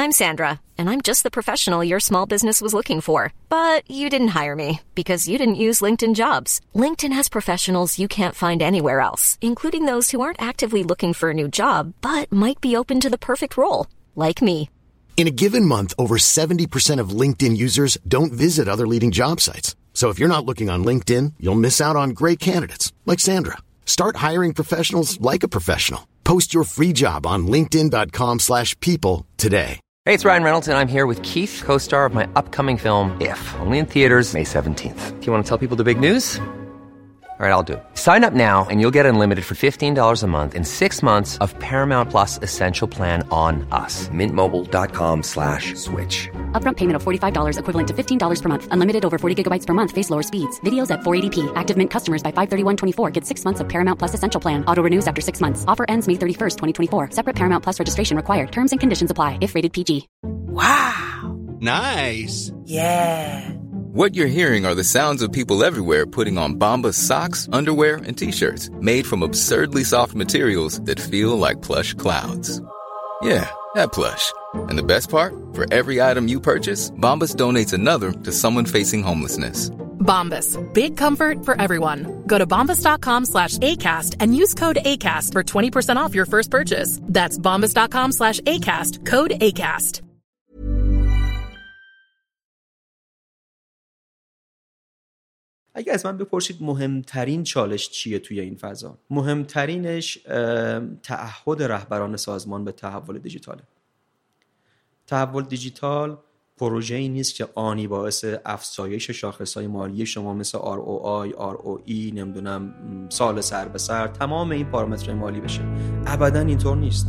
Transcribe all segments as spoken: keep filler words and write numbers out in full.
I'm Sandra, and I'm just the professional your small business was looking for. But you didn't hire me because you didn't use LinkedIn Jobs. LinkedIn has professionals you can't find anywhere else, including those who aren't actively looking for a new job, but might be open to the perfect role, like me. In a given month, over seventy percent of LinkedIn users don't visit other leading job sites. So if you're not looking on LinkedIn, you'll miss out on great candidates like Sandra. Start hiring professionals like a professional. Post your free job on linkedin dot com slash people today. Hey, it's Ryan Reynolds, and I'm here with Keith, co-star of my upcoming film, If, only in theaters May seventeenth. Do you want to tell people the big news? All right, I'll do it. Sign up now and you'll get unlimited for fifteen dollars a month and six months of Paramount Plus Essential Plan on us. mint mobile dot com slash switch. Upfront payment of forty-five dollars equivalent to fifteen dollars per month. Unlimited over forty gigabytes per month. Face lower speeds. Videos at four eighty p. Active Mint customers by five thirty-one twenty-four get six months of Paramount Plus Essential Plan. Auto renews after six months. Offer ends May thirty-first, twenty twenty-four. Separate Paramount Plus registration required. Terms and conditions apply if rated P G. Wow. Nice. Yeah. What you're hearing are the sounds of people everywhere putting on Bombas socks, underwear, and T-shirts made from absurdly soft materials that feel like plush clouds. Yeah, that plush. And the best part? For every item you purchase, Bombas donates another to someone facing homelessness. Bombas. Big comfort for everyone. Go to bombas dot com slash ACAST and use code ACAST for twenty percent off your first purchase. That's bombas dot com slash ACAST. Code ACAST. اگه از من بپرسید مهمترین چالش چیه توی این فضا، مهمترینش تعهد رهبران سازمان به تحول دیجیتاله. تحول دیجیتال پروژه‌ای نیست که آنی باعث افزایش شاخص‌های مالی شما مثل آر او آی، آر او ای، نمیدونم سال سر به سر، تمام این پارامترهای مالی بشه. ابداً اینطور نیست.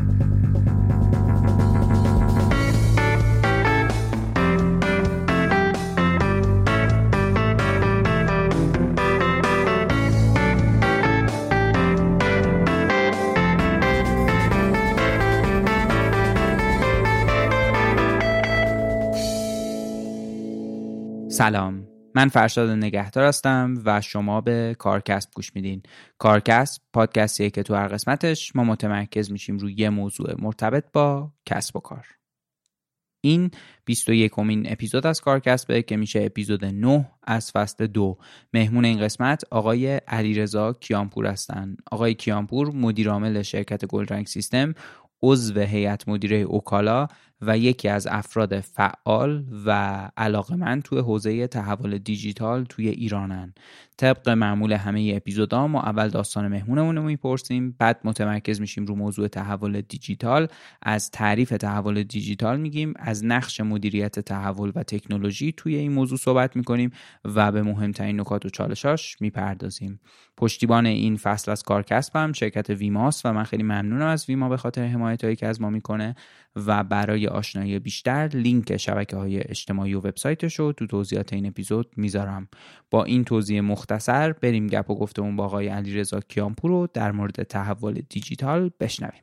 سلام، من فرشاد نگهدار هستم و شما به کارکسب گوش میدین. کارکسب پادکستیه که تو هر قسمتش ما متمرکز میشیم روی یه موضوع مرتبط با کسب و کار. این بیست و یکمین اپیزود از کارکسبه که میشه اپیزود نه از فصل دو. مهمون این قسمت آقای علیرضا کیانپور هستن. آقای کیانپور مدیر عامل شرکت گلدرنگ سیستم، عضو هیئت مدیره اوکالا و یکی از افراد فعال و علاقه‌مند توی حوزه تحول دیجیتال توی ایرانن. طبق معمول همه اپیزودا ما اول داستان مهمونمون رو میپرسیم، بعد متمرکز میشیم رو موضوع تحول دیجیتال، از تعریف تحول دیجیتال میگیم، از نقش مدیریت تحول و تکنولوژی توی این موضوع صحبت میکنیم و به مهمترین نکات و چالشاش میپردازیم. پشتیبان این فصل از کارکسبم شرکت ویماست و من خیلی ممنونم از ویما به خاطر حمایتایی که از ما میکنه و برای آشنایی بیشتر لینک شبکه‌های اجتماعی و وبسایتش رو تو توضیحات این اپیزود میذارم. با این توضیح مختصر بریم گپ و گفتمون با آقای علیرضا کیانپور رو در مورد تحول دیجیتال بشنویم.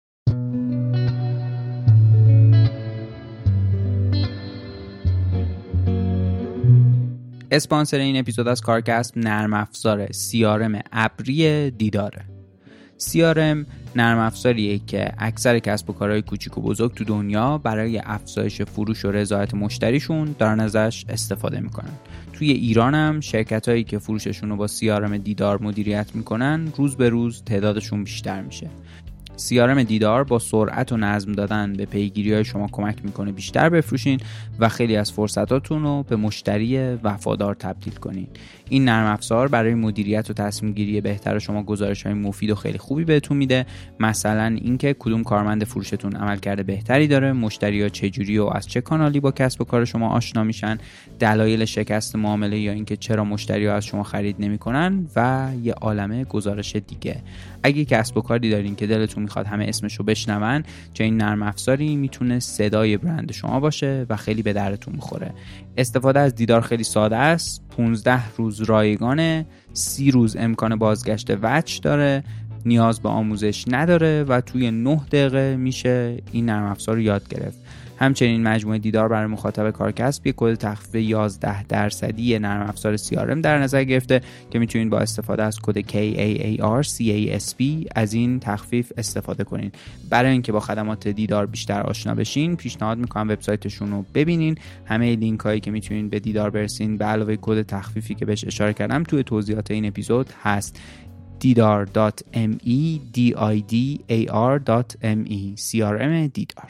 اسپانسر این اپیزود از کارکسب نرم افزار سی آر ام ابری دیداره. سی آر ام نرم افزاریه که اکثر کسب و کارهای کوچیک و بزرگ تو دنیا برای افزایش فروش و رضایت مشتریشون دارن ازش استفاده میکنن. توی ایران هم شرکتایی که فروششون رو با سی آر ام دیدار مدیریت میکنن روز به روز تعدادشون بیشتر میشه. سی آر ام دیدار با سرعت و نظم دادن به پیگیری‌های شما کمک میکنه بیشتر بفروشین و خیلی از فرصتاتون رو به مشتری وفادار تبدیل کنین. این نرم افزار برای مدیریت و تصمیم گیری بهتر شما گزارش‌های مفید و خیلی خوبی بهتون میده. مثلا اینکه کدوم کارمند فروشتون عملکرد بهتری داره، مشتری‌ها چجوری و از چه کانالی با کسب و کار شما آشنا میشن، دلایل شکست معامله یا اینکه چرا مشتری‌ها از شما خرید نمی‌کنن و یه عالمه گزارش دیگه. اگه کسب و کاری دارین که دلتون میخواد همه اسمشو بشنون، چه این نرم افزاری میتونه صدای برند شما باشه و خیلی به درتون میخوره. استفاده از دیدار خیلی ساده است. پانزده روز رایگانه، سی روز امکان بازگشت وجه داره. نیاز به آموزش نداره و توی نه دقیقه میشه این نرم افزار رو یاد گرفت. همچنین مجموعه دیدار برای مخاطب کارکسب یک کد تخفیف یازده درصدی نرم افزار سی آر ام در نظر گرفته که میتونید با استفاده از کد کی ای ای آر سی ای اس پی از این تخفیف استفاده کنین. برای اینکه با خدمات دیدار بیشتر آشنا بشین پیشنهاد میکنم وبسایتشون رو ببینین. همه لینک هایی که میتونین به دیدار برسین به علاوه کد تخفیفی که بهش اشاره کردم توی توضیحات این اپیزود هست. دیدار دات ام ای دی آی دی ای آر دات ام ای سی آر ام دیدار.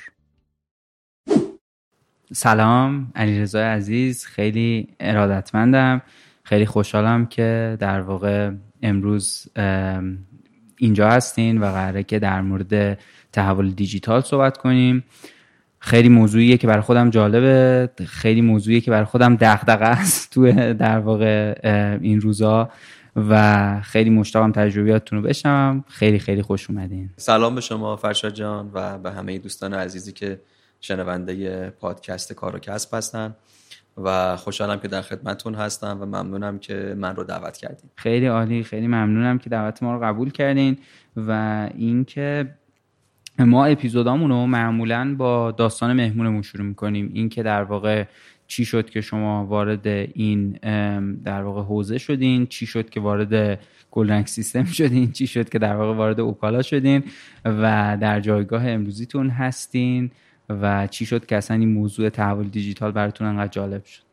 سلام، علیرضا عزیز، خیلی ارادتمندم، خیلی خوشحالم که در واقع امروز اینجا هستین و قراره که در مورد تحول دیجیتال صحبت کنیم. خیلی موضوعیه که برای خودم جالبه، خیلی موضوعیه که برای خودم دغدغه است تو در واقع این روزا و خیلی مشتاقم تجربیاتتون رو بشنوم. خیلی خیلی خوش اومدین. سلام به شما فرشاد جان و به همه دوستان عزیزی که شنونده پادکست کار و کسب هستن و خوشحالم که در خدمتتون هستم و ممنونم که من رو دعوت کردین. خیلی عالی، خیلی ممنونم که دعوت ما رو قبول کردین و اینکه ما اپیزودامون رو معمولاً با داستان مهمونمون شروع می‌کنیم. این که در واقع چی شد که شما وارد این در واقع حوزه شدین، چی شد که وارد گلدرنگ سیستم شدین، چی شد که در واقع وارد اوکالا شدین و در جایگاه امروزیتون هستین و چی شد که اصلا این موضوع تحول دیجیتال براتون انقدر جالب شد.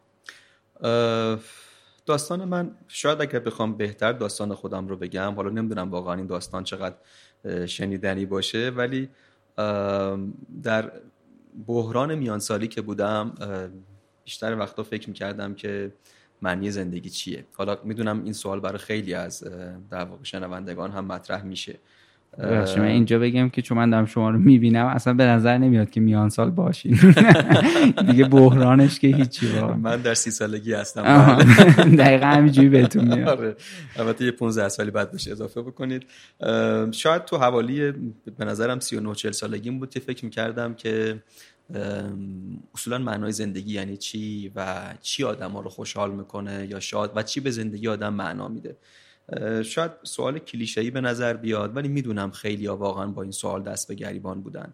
داستان من شاید اگر بخوام بهتر داستان خودم رو بگم، حالا نمیدونم واقعا این داستان چقدر شنیدنی باشه، ولی در بحران میانسالی که بودم بیشتر وقتا فکر میکردم که معنی زندگی چیه. حالا میدونم این سوال برای خیلی از در واقع شنوندگان هم مطرح میشه. من اینجا بگم که چون من دارم شما رو میبینم اصلا به نظر نمیاد که میان سال باشین. دیگه بحرانش که هیچی. من در سی سالگی هستم. دقیقا همینجوری بهتون میاد. البته یه پانزده سالی بعد بشه اضافه بکنید. شاید تو حوالی به نظرم سی و نه چهل سالگیم بود که فکر میکردم که اصولا معنای زندگی یعنی چی و چی آدم ها رو خوشحال میکنه یا شاد و چی به زندگی آدم معنا میده. شاید سوال کلیشه‌ای به نظر بیاد ولی میدونم خیلی ها واقعا با این سوال دست به گریبان بودن.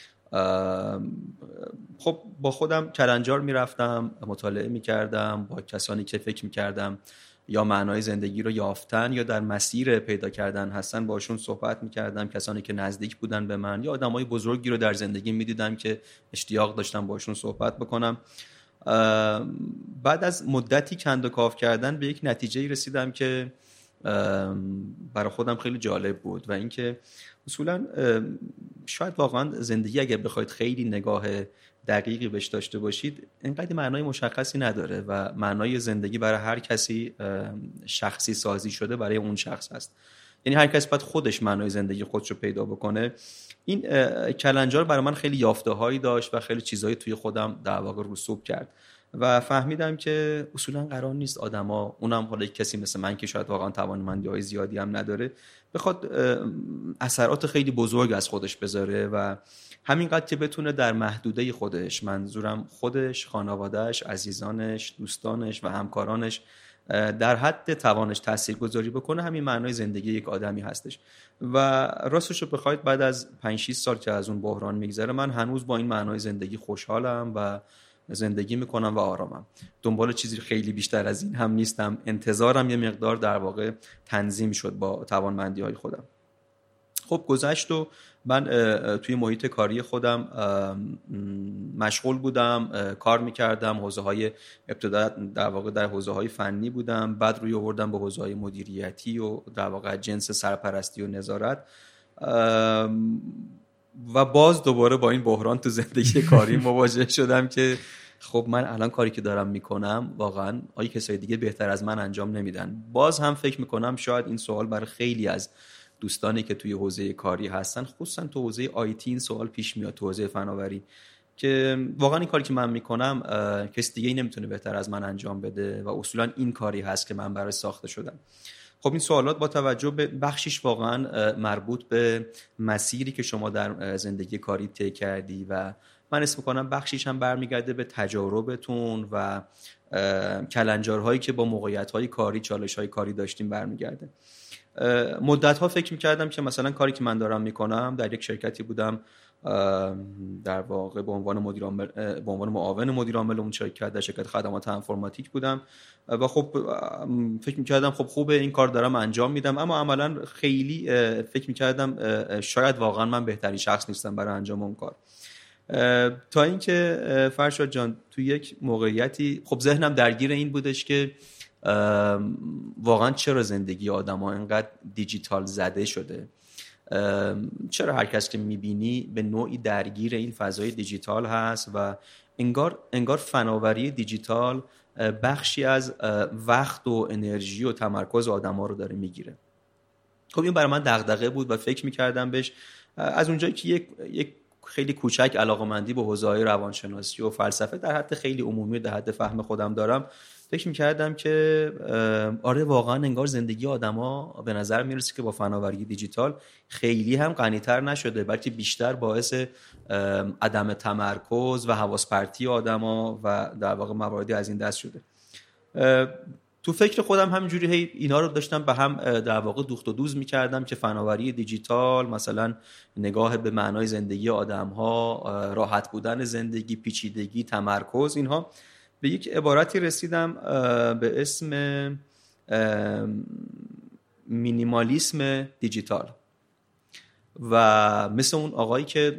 خب با خودم کلنجار میرفتم، مطالعه میکردم، با کسانی که فکر میکردم یا معنای زندگی رو یافتن یا در مسیر پیدا کردن هستن باشون صحبت میکردم. کسانی که نزدیک بودن به من یا آدمای بزرگی رو در زندگی میدیدم که اشتیاق داشتم باشون صحبت بکنم. بعد از مدتی کند و کاو کردن به یک نتیجه‌ای رسیدم که برای خودم خیلی جالب بود و اینکه اصولا شاید واقعا زندگی اگر بخواید خیلی نگاه دقیقی بهش داشته باشید اینقدر معنای مشخصی نداره و معنای زندگی برای هر کسی شخصی سازی شده برای اون شخص هست. یعنی هر کس باید خودش معنای زندگی خودش رو پیدا بکنه. این کلنجار برای من خیلی یافته هایی داشت و خیلی چیزایی توی خودم در واقع رسوب کرد و فهمیدم که اصولا قرار نیست آدما، اونم حالا کسی مثل من که شاید واقعا توانمندی‌های زیادی هم نداره، بخواد اثرات خیلی بزرگ از خودش بذاره و همینقدر که بتونه در محدوده خودش، منظورم خودش، خانواده‌اش، عزیزانش، دوستانش و همکارانش، در حد توانش تاثیرگذاری بکنه، همین معنای زندگی یک آدمی هستش. و راستش رو بخواید بعد از پنج شش سال که از اون بحران میگذره من هنوز با این معنای زندگی خوشحالم و زندگی میکنم و آرامم. دنبال چیزی خیلی بیشتر از این هم نیستم. انتظارم یه مقدار در واقع تنظیم شد با توانمندی های خودم. خب گذشت و من توی محیط کاری خودم مشغول بودم، کار میکردم، حوزه های ابتدا در واقع در حوزه های فنی بودم، بعد روی آوردم به حوزه های مدیریتی و در واقع جنس سرپرستی و نظارت و باز دوباره با این بحران تو زندگی کاری مواجه شدم که خب من الان کاری که دارم میکنم واقعا آیا کسای دیگه بهتر از من انجام نمیدن؟ باز هم فکر میکنم شاید این سوال برای خیلی از دوستانی که توی حوزه کاری هستن، خصوصا تو حوزه آیتی این سوال پیش میاد، تو حوزه فناوری، که واقعا این کاری که من میکنم کسی دیگه ای نمیتونه بهتر از من انجام بده و اصولا این کاری هست که من برای ساخته شدم. خب این سوالات با توجه به بخشش واقعا مربوط به مسیری که شما در زندگی کاری طی کردی و من اسم میکنم بخشش هم برمیگرده به تجاربتون و کلنجارهایی که با موقعیت‌های کاری، چالش‌های کاری داشتیم برمیگرده. مدت ها فکر میکردم که مثلا کاری که من دارم میکنم، در یک شرکتی بودم در واقع به عنوان مدیر عامل، به عنوان معاون مدیر عامل اون شرکت در شرکت خدمات انفرماتیک بودم و خب فکر میکردم خب خوبه این کار دارم انجام میدم، اما عملا خیلی فکر میکردم شاید واقعا من بهترین شخص نیستم برای انجام اون کار. تا اینکه فرشاد جان تو یک موقعیتی خب ذهنم درگیر این بودش که واقعا چرا زندگی آدم‌ها اینقدر دیجیتال زده شده، چرا هر کس که میبینی به نوعی درگیر این فضای دیجیتال هست و انگار انگار فناوری دیجیتال بخشی از وقت و انرژی و تمرکز آدم‌ها رو داره میگیره. خب این برای من دغدغه بود و فکر میکردم بهش از اونجایی که یک یک خیلی کوچک علاقه‌مندی به حوزه‌های روانشناسی و فلسفه در حد خیلی عمومی در حد فهم خودم دارم، فکر می‌کردم که آره واقعا انگار زندگی آدما به نظر میرسه که با فناوری دیجیتال خیلی هم غنی‌تر نشده، بلکه بیشتر باعث عدم تمرکز و حواس پرتی آدما و در واقع مواردی از این دست شده. تو فکر خودم همینجوری هی اینا رو داشتم به هم در واقع دوخت و دوز می‌کردم که فناوری دیجیتال مثلا نگاه به معنای زندگی آدم‌ها، راحت بودن زندگی، پیچیدگی، تمرکز، اینها. به یک عبارتی رسیدم به اسم مینیمالیسم دیجیتال و مثل اون آقایی که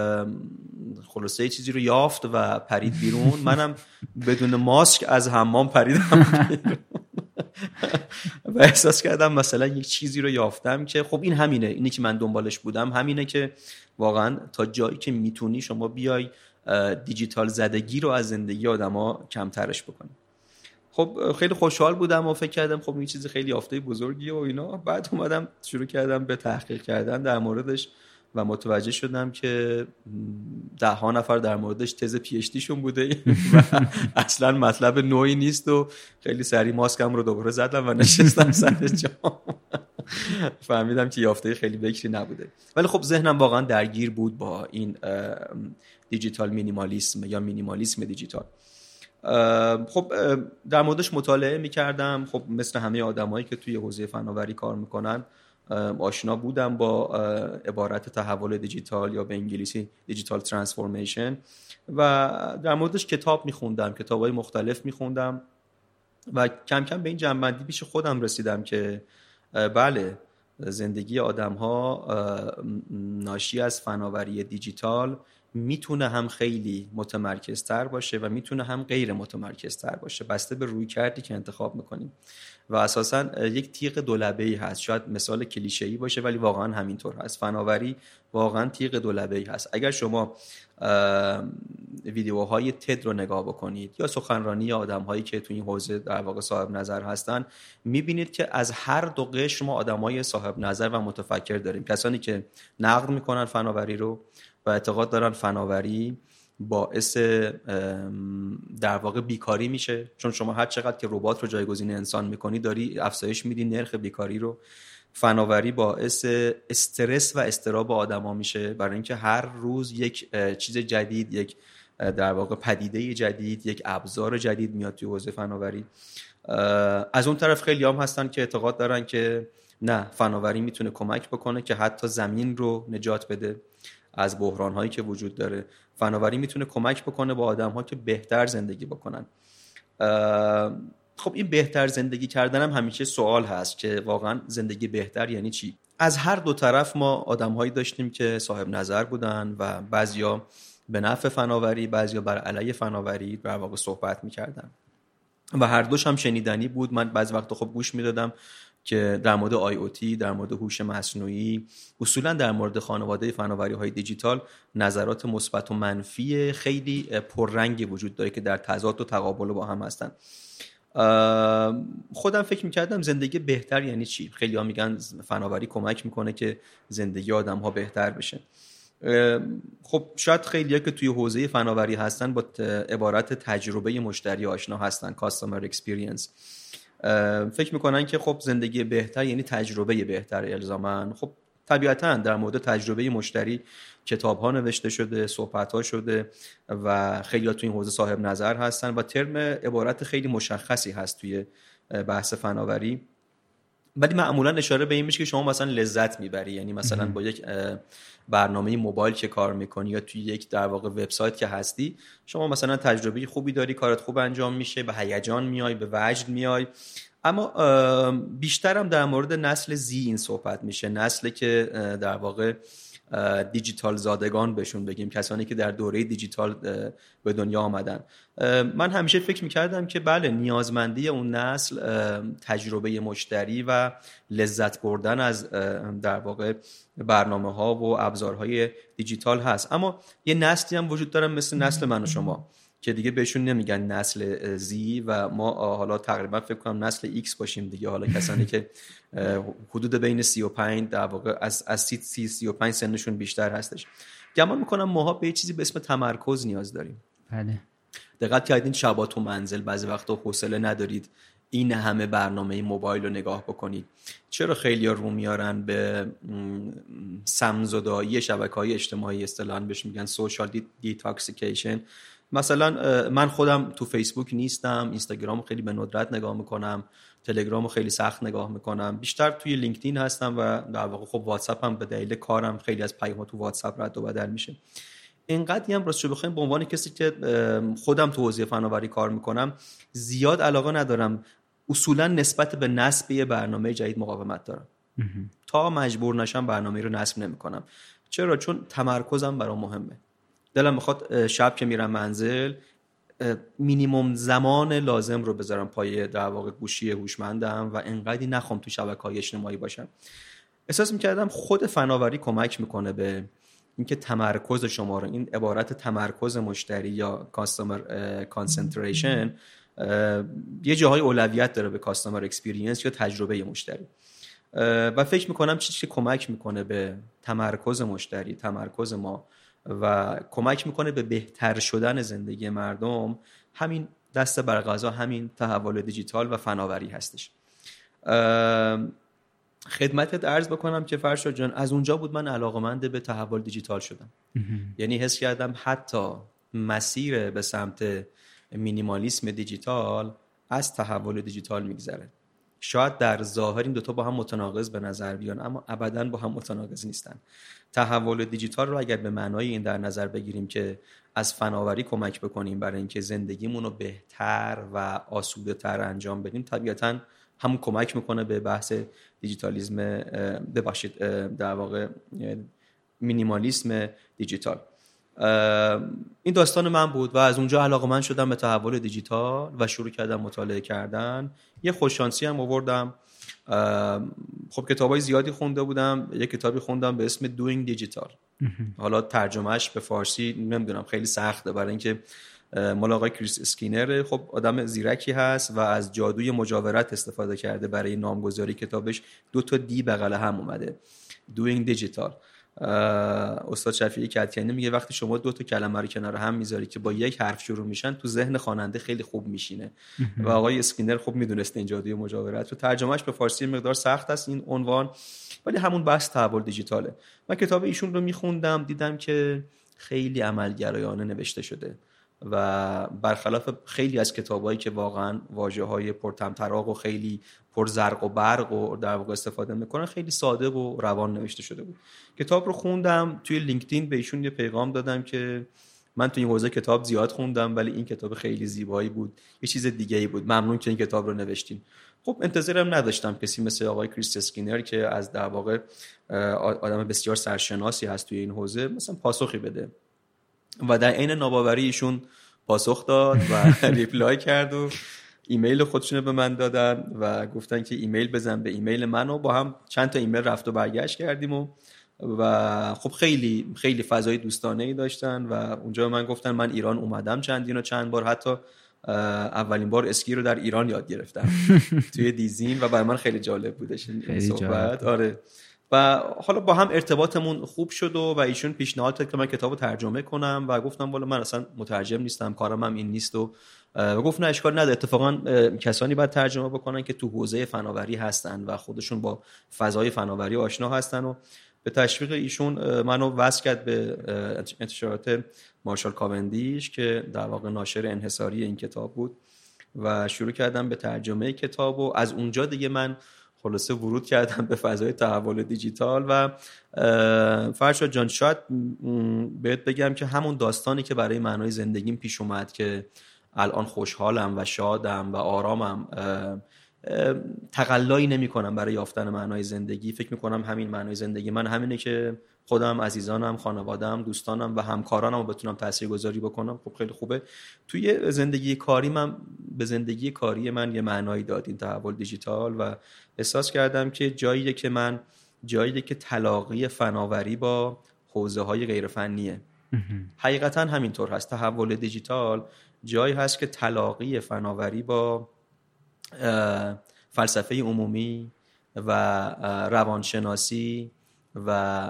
خلاصه چیزی رو یافت و پرید بیرون، منم بدون ماسک از حمام پریدم بیرون و احساس کردم مثلا یک چیزی رو یافتم که خب این همینه، اینی که من دنبالش بودم، همینه که واقعا تا جایی که میتونی شما بیای دیجیتال زدگی رو از زندگی آدما کمترش بکنی. خب خیلی خوشحال بودم و فکر کردم خب این چیز خیلی یافته بزرگیه و اینا. بعد اومدم شروع کردم به تحقیق کردن در موردش و متوجه شدم که ده ها نفر در موردش تز پی اچ دی شون بوده و اصلا مطلب نوعی نیست و خیلی سریع ماسکم رو دوباره زدم و نشستم سر جام. فهمیدم که یافته خیلی بکری نبوده، ولی خب ذهنم واقعا درگیر بود با این دیجیتال مینیمالیسم یا مینیمالیسم دیجیتال. خب در موردش مطالعه میکردم. خب مثل همه آدمایی که توی حوزه فناوری کار میکنن آشنا بودم با عبارت تحول دیجیتال یا به انگلیسی دیجیتال ترانسفورمیشن و در موردش کتاب میخوندم، کتابای مختلف میخوندم و کم کم به این جنبندی پیش خودم رسیدم که بله، زندگی آدم‌ها ناشی از فناوری دیجیتال میتونه هم خیلی متمرکزتر باشه و میتونه هم غیر متمرکزتر باشه، بسته به روی کردی که انتخاب میکنیم و اساساً یک تیغ دولبه‌ای هست. شاید مثال کلیشه‌ای باشه ولی واقعاً همینطور هست. فناوری واقعاً تیغ دولبه‌ای هست. اگر شما ویدیوهای تد رو نگاه بکنید یا سخنرانی آدم‌هایی که تو این حوزه در واقع صاحب نظر هستن، می‌بینید که از هر دو قشر ما آدمای صاحب نظر و متفکر داریم. کسانی که نقد میکنن فناوری رو و اعتقاد دارن فناوری باعث در واقع بیکاری میشه، چون شما هر چقدر که ربات رو جایگزین انسان میکنی داری افزایش میدی نرخ بیکاری رو. فناوری باعث استرس و اضطراب آدما میشه، برای اینکه هر روز یک چیز جدید، یک در واقع پدیده جدید، یک ابزار جدید میاد توی حوزه فناوری. از اون طرف خیلی هم هستن که اعتقاد دارن که نه، فناوری میتونه کمک بکنه که حتی زمین رو نجات بده از بحران‌هایی که وجود داره. فناوری میتونه کمک بکنه با آدم‌ها که بهتر زندگی بکنن. خب این بهتر زندگی کردن هم همیشه سوال هست که واقعا زندگی بهتر یعنی چی؟ از هر دو طرف ما آدم‌هایی داشتیم که صاحب نظر بودن و بعضیا به نفع فناوری، بعضیا بر علیه فناوری در واقع صحبت می‌کردن و هر دوش هم شنیدنی بود. من بعضی وقتا خب گوش میدادم که در مورد آی او تی، در مورد هوش مصنوعی، اصولا در مورد خانواده فناوری‌های دیجیتال نظرات مثبت و منفی خیلی پررنگی وجود داره که در تضاد و تقابل با هم هستن. خودم فکر می‌کردم زندگی بهتر یعنی چی؟ خیلی‌ها میگن فناوری کمک میکنه که زندگی آدم‌ها بهتر بشه. خب شاید خیلی‌ها که توی حوزه فناوری هستن با عبارت تجربه مشتری آشنا هستن، کاستمر اکسپریانس. فکر میکنن که خب زندگی بهتر یعنی تجربه بهتر الزاماً. خب طبیعتاً در مورد تجربه مشتری کتاب‌ها نوشته شده، صحبت‌ها شده و خیلی‌ها توی این حوزه صاحب نظر هستن و ترم عبارت خیلی مشخصی هست توی بحث فناوری ولی معمولا اشاره به این میشه که شما مثلا لذت میبری، یعنی مثلا با یک برنامه موبایل که کار میکنی یا توی یک در واقع وبسایت که هستی، شما مثلا تجربه خوبی داری، کارت خوب انجام میشه، به هیجان میای، به وجد میای. اما بیشترم در مورد نسل زی این صحبت میشه، نسلی که در واقع دیجیتال زادگان بهشون بگیم، کسانی که در دوره دیجیتال به دنیا آمدن. من همیشه فکر میکردم که بله، نیازمندی اون نسل تجربه مشتری و لذت بردن از در واقع برنامه ها و ابزارهای دیجیتال هست. اما یه نسلی هم وجود داره مثل نسل من و شما که دیگه بهشون نمیگن نسل زی و ما حالا تقریبا فکر کنم نسل ایکس باشیم دیگه، حالا کسانی که حدود بین سی و پنج در واقع از از سی سی و پنج سنشون بیشتر هستش. گمان میکنم ماها به یه چیزی به اسم تمرکز نیاز داریم. بله. دقت کردین شبا تو منزل بعضی وقتا حوصله ندارید این همه برنامه موبایل رو نگاه بکنید. چرا خیلی‌ها رو میارن به سمزدایی شبکه‌های اجتماعی، اصطلاحاً بهش میگن سوشال دیتاکسیکیشن. مثلا من خودم تو فیسبوک نیستم، اینستاگرام خیلی به ندرت نگاه میکنم، تلگرام خیلی سخت نگاه میکنم، بیشتر توی لینکدین هستم و در واقع خب واتساپ هم به دلیل کارم خیلی از پیام‌ها تو واتساپ رد و بدل میشه. اینقدی هم راستش بخوایم به عنوان کسی که خودم تو حوزه فناوری کار میکنم زیاد علاقه ندارم، اصولا نسبت به نصب یه برنامه جدید مقاومت دارم. تا مجبور نشم برنامه رو نصب نمیکنم. چرا؟ چون تمرکزم برام مهمه. دلم میخواد شب که میرم منزل مینیمم زمان لازم رو بذارم پای در واقع گوشی هوشمندم و انقدری نخوام تو شبکه‌های اجتماعی باشم. احساس میکردم خود فناوری کمک میکنه به اینکه تمرکز شما رو، این عبارت تمرکز مشتری یا کاستمر کانسنتریشن یه جاهای اولویت داره به کاستمر اکسپریانس یا تجربه مشتری و فکر میکنم چیزی که کمک میکنه به تمرکز مشتری، تمرکز ما و کمک میکنه به بهتر شدن زندگی مردم، همین دست بر قضا همین تحول دیجیتال و فناوری هستش. خدمتت عرض بکنم که فرشاد جان از اونجا بود من علاقمند به تحول دیجیتال شدم. یعنی حس کردم حتی مسیر به سمت مینیمالیسم دیجیتال از تحول دیجیتال میگذره. شاید در ظاهر این دوتا با هم متناقض به نظر بیان، اما ابداً با هم متناقض نیستن. تحول دیجیتال رو اگر به معنای این در نظر بگیریم که از فناوری کمک بکنیم برای اینکه زندگیمون رو بهتر و آسوده تر انجام بدیم، طبیعتاً همون کمک میکنه به بحث دیجیتالیسم، ببخشید در واقع مینیمالیسم دیجیتال. این داستان من بود و از اونجا علاقه‌مند شدم به تحول دیجیتال و شروع کردم مطالعه کردن. یه خوششانسی هم آوردم، خب کتابای زیادی خونده بودم، یه کتابی خوندم به اسم Doing Digital. حالا ترجمهش به فارسی نمیدونم، خیلی سخته برای اینکه مال آقای کریس اسکینر، خب آدم زیرکی هست و از جادوی مجاورت استفاده کرده برای نامگذاری کتابش. دو تا دی بغل هم اومده، Doing Digital. استاد شفیعی کدکنی میگه وقتی شما دو تا کلمه رو کنار هم میذاری که با یک حرف شروع میشن، تو ذهن خواننده خیلی خوب میشینه. و آقای اسکینر خب میدونست این جادوی مجاورت رو. ترجمهش به فارسی مقدار سخت است این عنوان، ولی همون بحث تحول دیجیتاله. من کتاب ایشون رو میخوندم، دیدم که خیلی عملگرایانه نوشته شده و برخلاف خیلی از کتابایی که واقعا واژه‌های پرطمطراق و خیلی پر زرق و برق و در واقع استفاده میکنن، خیلی ساده و روان نوشته شده بود. کتاب رو خوندم، توی لینکدین به ایشون یه پیغام دادم که من توی این حوزه کتاب زیاد خوندم ولی این کتاب خیلی زیبایی بود، یه چیز دیگه‌ای بود، ممنون که این کتاب رو نوشتین. خب انتظارم نداشتم کسی مثل آقای کریس اسکینر که از در واقع آدم بسیار سرشناسی هست توی این حوزه مثلا پاسخی بده و در عین ناباوری ایشون پاسخ داد و ریپلای کرد و ایمیل خودشونه به من دادن و گفتن که ایمیل بزن به ایمیل من و با هم چند تا ایمیل رفت و برگشت کردیم و و خب خیلی خیلی فضای دوستانه‌ای داشتن و اونجا من گفتن من ایران اومدم چندین و چند بار، حتی اولین بار اسکی رو در ایران یاد گرفتم توی دیزین و برای من خیلی جالب بودش این صحبت. آره و حالا با هم ارتباطمون خوب شد و, و ایشون پیشنهاد کرد که من کتابو ترجمه کنم و گفتم والا من اصلا مترجم نیستم، کارم هم این نیست و و گفت نه اشکال نداره، اتفاقا کسانی باید ترجمه بکنن که تو حوزه فناوری هستن و خودشون با فضای فناوری آشنا هستن و به تشویق ایشون منو وصل کرد به انتشارات مارشال کاوندیش که در واقع ناشر انحصاری این کتاب بود و شروع کردم به ترجمه کتاب و از اونجا دیگه من خلاصه ورود کردم به فضای تحول دیجیتال و فرشاد جان شاید بهت بگم که همون داستانی که برای معنای زندگیم پیش اومد که الان خوشحالم و شادم و آرامم، تقلایی نمی کنم برای یافتن معنای زندگی. فکر می کنم همین معنای زندگی من همینه که خودم، عزیزانم، خانوادم، دوستانم و همکارانم رو بتونم تاثیرگذاری بکنم. خب خیلی خوبه. توی زندگی کاری من به زندگی کاری من یه معنایی داد این تحول دیجیتال و احساس کردم که جاییه که من جاییه که تلاقی فناوری با حوزه‌های غیر فنیه. حقیقتا همینطور هست. تحول دیجیتال جایی هست که تلاقی فناوری با فلسفه عمومی و روانشناسی و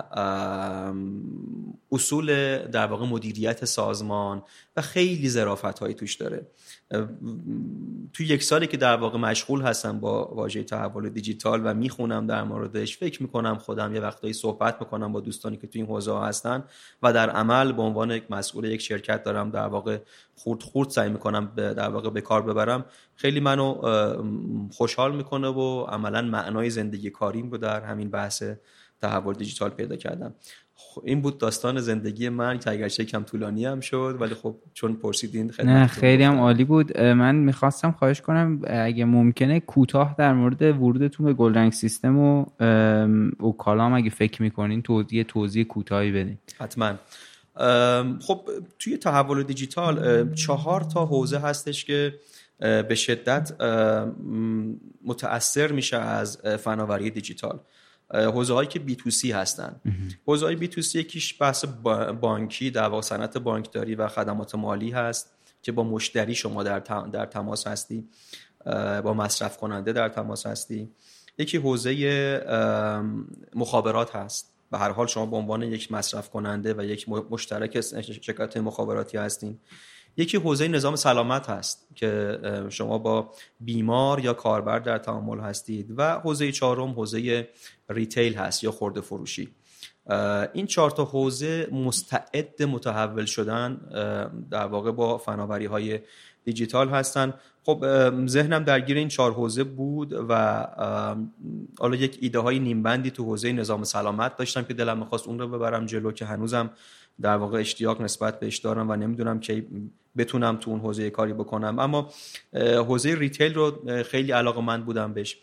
اصول در واقع مدیریت سازمان و خیلی ظرافت‌هایی توش داره. توی یک سالی که در واقع مشغول هستم با واژه تحول دیجیتال و میخونم در موردش، فکر میکنم خودم یه وقتایی صحبت میکنم با دوستانی که توی این حوزه هستن و در عمل به عنوان یک مسئول یک شرکت دارم در واقع خورد خورد سعی میکنم در واقع به کار ببرم. خیلی منو خوشحال میکنه و عملاً معنای زندگی کاریم رو در همین بحث تحول دیجیتال پیدا کردم. این بود داستان زندگی من که اگرچه کم طولانی هم شد، ولی خب چون پرسیدین نه خیلی هم عالی بود. من میخواستم خواهش کنم اگه ممکنه کوتاه در مورد ورودتون به گلدرنگ سیستم و اوکالام اگه فکر میکنین توضیح توضیح کوتاهی بدین. حتما. خب توی تحول دیجیتال چهار تا حوزه هستش که به شدت متأثر میشه از فناوری دیجیتال. حوزه هایی که بی تو سی هستن. حوزه های بی تو سی یکیش بحث بانکی، در واقع صنعت بانکداری و خدمات مالی هست که با مشتری شما در در تماس هستی، با مصرف کننده در تماس هستی. یکی حوزه مخابرات هست. به هر حال شما به عنوان یک مصرف کننده و یک مشترک شرکت مخابراتی هستین. یکی حوزه نظام سلامت هست که شما با بیمار یا کاربر در تعامل هستید و حوزه چهارم حوزه ریتیل هست یا خرده فروشی. این چهار تا حوزه مستعد متحول شدن در واقع با فناوری های دیجیتال هستن. خب ذهنم درگیر این چهار حوزه بود و حالا یک ایده های نیمبندی تو حوزه نظام سلامت داشتم که دلم می‌خواست اون رو ببرم جلو که هنوزم در واقع اشتیاق نسبت بهش دارم و نمیدونم که بتونم تو اون حوزه کاری بکنم. اما حوزه ریتیل رو خیلی علاقه‌مند بودم بهش.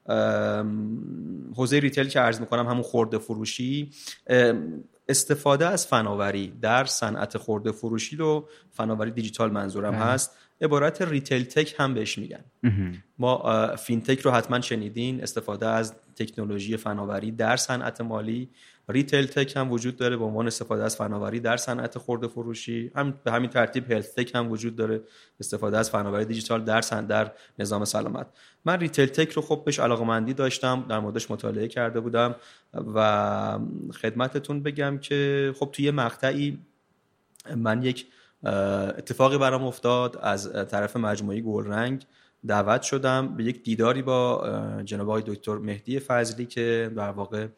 حوزه ریتیل که عرض میکنم همون خرده فروشی، استفاده از فناوری در صنعت خرده فروشی رو فناوری دیجیتال منظورم هست. عبارت ریتیل تک هم بهش میگن. ما فینتک رو حتما شنیدین، استفاده از تکنولوژی فناوری در صنعت مالی. ریتیل تک هم وجود داره به عنوان استفاده از فناوری در صنعت خرده فروشی. هم به همین ترتیب هلت تک هم وجود داره، استفاده از فناوری دیجیتال در صنعت در نظام سلامت. من ریتیل تک رو خب بهش علاقه‌مندی داشتم، در موردش مطالعه کرده بودم و خدمتتون بگم که خب توی مقطعی من یک اتفاقی برام افتاد. از طرف مجموعه گلرنگ دعوت شدم به یک دیداری با جناب آقای دکتر مهدی فضلی که در واقع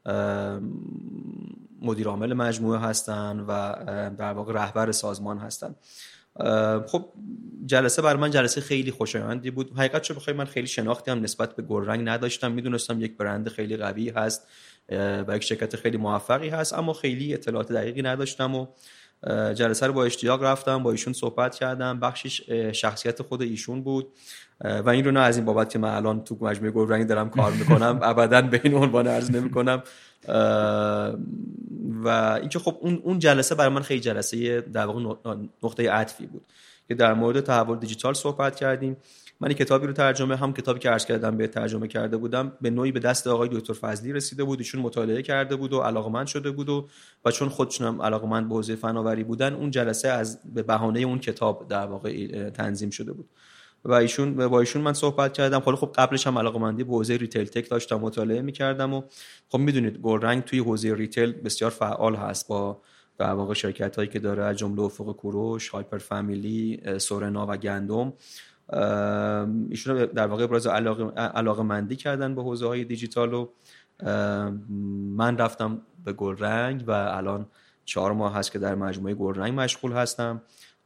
مدیر عامل مجموعه هستن و در واقع رهبر سازمان هستن. خب جلسه برای من جلسه خیلی خوشایندی بود. حقیقت چه بخوای من خیلی شناختی هم نسبت به گلرنگ نداشتم. میدونستم یک برند خیلی قوی هست و یک شرکت خیلی موفقی هست، اما خیلی اطلاعات دقیقی نداشتم و جلسه رو با اشتیاق رفتم، با ایشون صحبت کردم. بخشش شخصیت خود ایشون بود و این رو نه از این بابت که من الان تو مجموعه گلرنگ دارم کار میکنم ابداً به این عنوان عرض نمیکنم. و اینکه خب اون اون جلسه برای من خیلی جلسه در واقع نقطه عطفی بود که در مورد تحول دیجیتال صحبت کردیم. من کتابی رو ترجمه هم کتابی که عرض کردم به ترجمه کرده بودم به نوعی به دست آقای دکتر فضلی رسیده بود. ایشون مطالعه کرده بود و علاقمند شده بود و و چون خودشون علاقمند به حوزه فناوری بودن، اون جلسه از به بهانه اون کتاب در واقع تنظیم شده بود و ایشون با ایشون من صحبت کردم. خب خب قبلش هم علاقمندی به حوزه ریتیل تک داشتم، مطالعه می‌کردم و خب میدونید گلرنگ توی حوزه ریتیل بسیار فعال هست با در واقع شرکت‌هایی که داره از جمله افق کوروش، هایپر فامیلی، سورنا و گندم. ایشون در واقع ابراز علاقه علاقه‌مندی کردن به حوزه‌های دیجیتال و من رفتم به گلرنگ و الان چهار ماه هست که در مجموعه گلرنگ مشغول هستم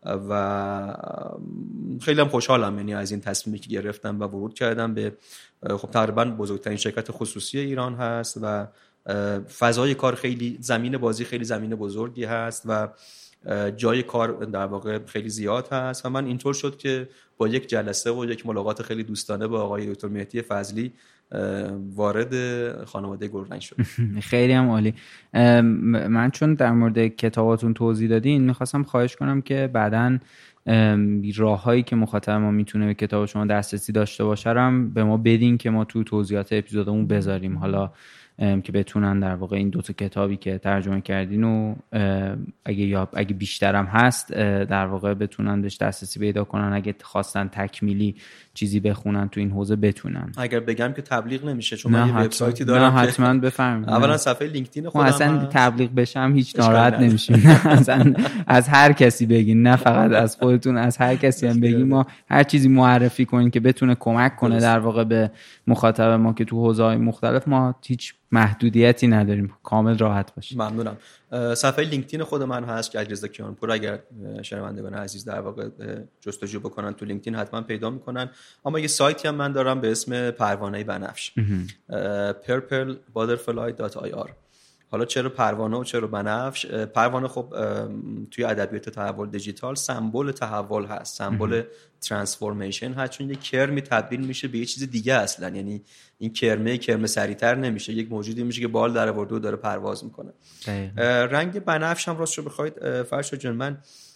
و خیلی هم خوشحالم یعنی از این تصمیمی که گرفتم و ورود کردم به خب تقریبا بزرگترین شرکت خصوصی ایران هست و فضای کار خیلی، زمین بازی خیلی زمین بزرگی هست و جای کار در واقع خیلی زیاد هست و من اینطور شد که با یک جلسه و یک ملاقات خیلی دوستانه با آقای دکتر مهدی فضلی وارد خانواده گلرنگ شد. خیلی هم عالی. من چون در مورد کتاباتون توضیح دادین میخواستم خواهش کنم که بعداً راههایی که مخاطب ما میتونه به کتاب شما دسترسی داشته باشه هم به ما بدین که ما تو توضیحات اپیزودمون بذاریم، حالا که بتونن در واقع این دو تا کتابی که ترجمه کردین و اگه یا اگه بیشترم هست در واقع بتونن بهش دسترسی پیدا کنن، اگه خواستن تکمیلی چیزی بخونن تو این حوزه بتونن. اگر بگم که تبلیغ نمیشه چون من یه وبسایتی دارم. نه حتما بفرمایید. اولا صفحه لینکدین خودم اصلا هست. تبلیغ بشم هیچ ناراحت نمیشیم. اصلا از هر کسی بگین، نه فقط از خودتون، از هر کسی هم بگین. ما هر چیزی معرفی کنین که بتونه کمک کنه در واقع به مخاطب ما که تو حوزه‌های مختلف، ما هیچ محدودیتی نداریم، کامل راحت باشید. ممنونم. صفحه لینکدین خود من هست که علیرضا کیانپور، اگر شنوندگان عزیز در واقع جستجو بکنن تو لینکدین حتما پیدا میکنن. اما یه سایتی هم من دارم به اسم پروانه بنفش پرپل باترفلای دات آی آر. حالا چرا پروانه و چرا بنفش؟ پروانه خب توی ادبیات تحول دیجیتال سمبل تحول هست، سمبل ترانسفورمیشن هست، چون یک کرمی تبدیل میشه به یه چیز دیگه اصلا. یعنی این کرمه کرمه سریعتر نمیشه، یک موجودی میشه که بال در آورده و داره پرواز میکنه. رنگ بنفش هم راستش رو بخواید فرشاد جان، من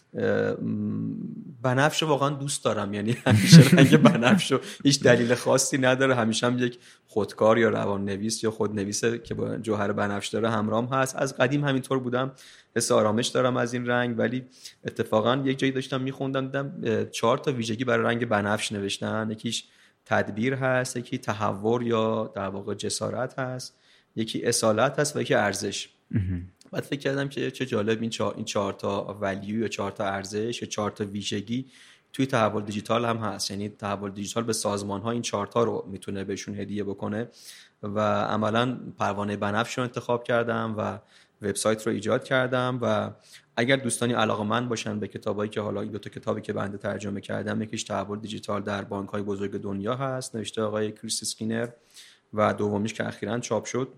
بنفش واقعا دوست دارم، یعنی همیشه رنگ بنفش رو هیچ دلیل خاصی نداره، همیشه هم یک خودکار یا روان نویس یا خودنویسه که با جوهر بنفش داره همرام هست. از قدیم همینطور بودم، حس آرامش دارم از این رنگ. ولی اتفاقا یک جایی داشتم میخوندم دیدم چهار تا ویژگی برای رنگ بنفش نوشتن. یکیش تدبیر هست، یکی تحور یا در واقع جسارت هست، یکی اصالت هست و یکی ارزش. بعد فکر کردم که چه جالب این چهار این چهار تا ولیو یا چهار تا ارزش یا چهار تا ویژگی توی تحول دیجیتال هم هست. یعنی تحول دیجیتال به سازمان‌ها این چهار تا رو میتونه بهشون هدیه بکنه و عملاً پروانه بنفش رو انتخاب کردم و وبسایت رو ایجاد کردم. و اگر دوستانی علاقه‌مند باشن به کتابایی که حالا این دو تا کتابی که بنده ترجمه کردم، یکیش تحول دیجیتال در بانک‌های بزرگ دنیا هست نوشته آقای کریس اسکینر و دومیش که اخیراً چاپ شد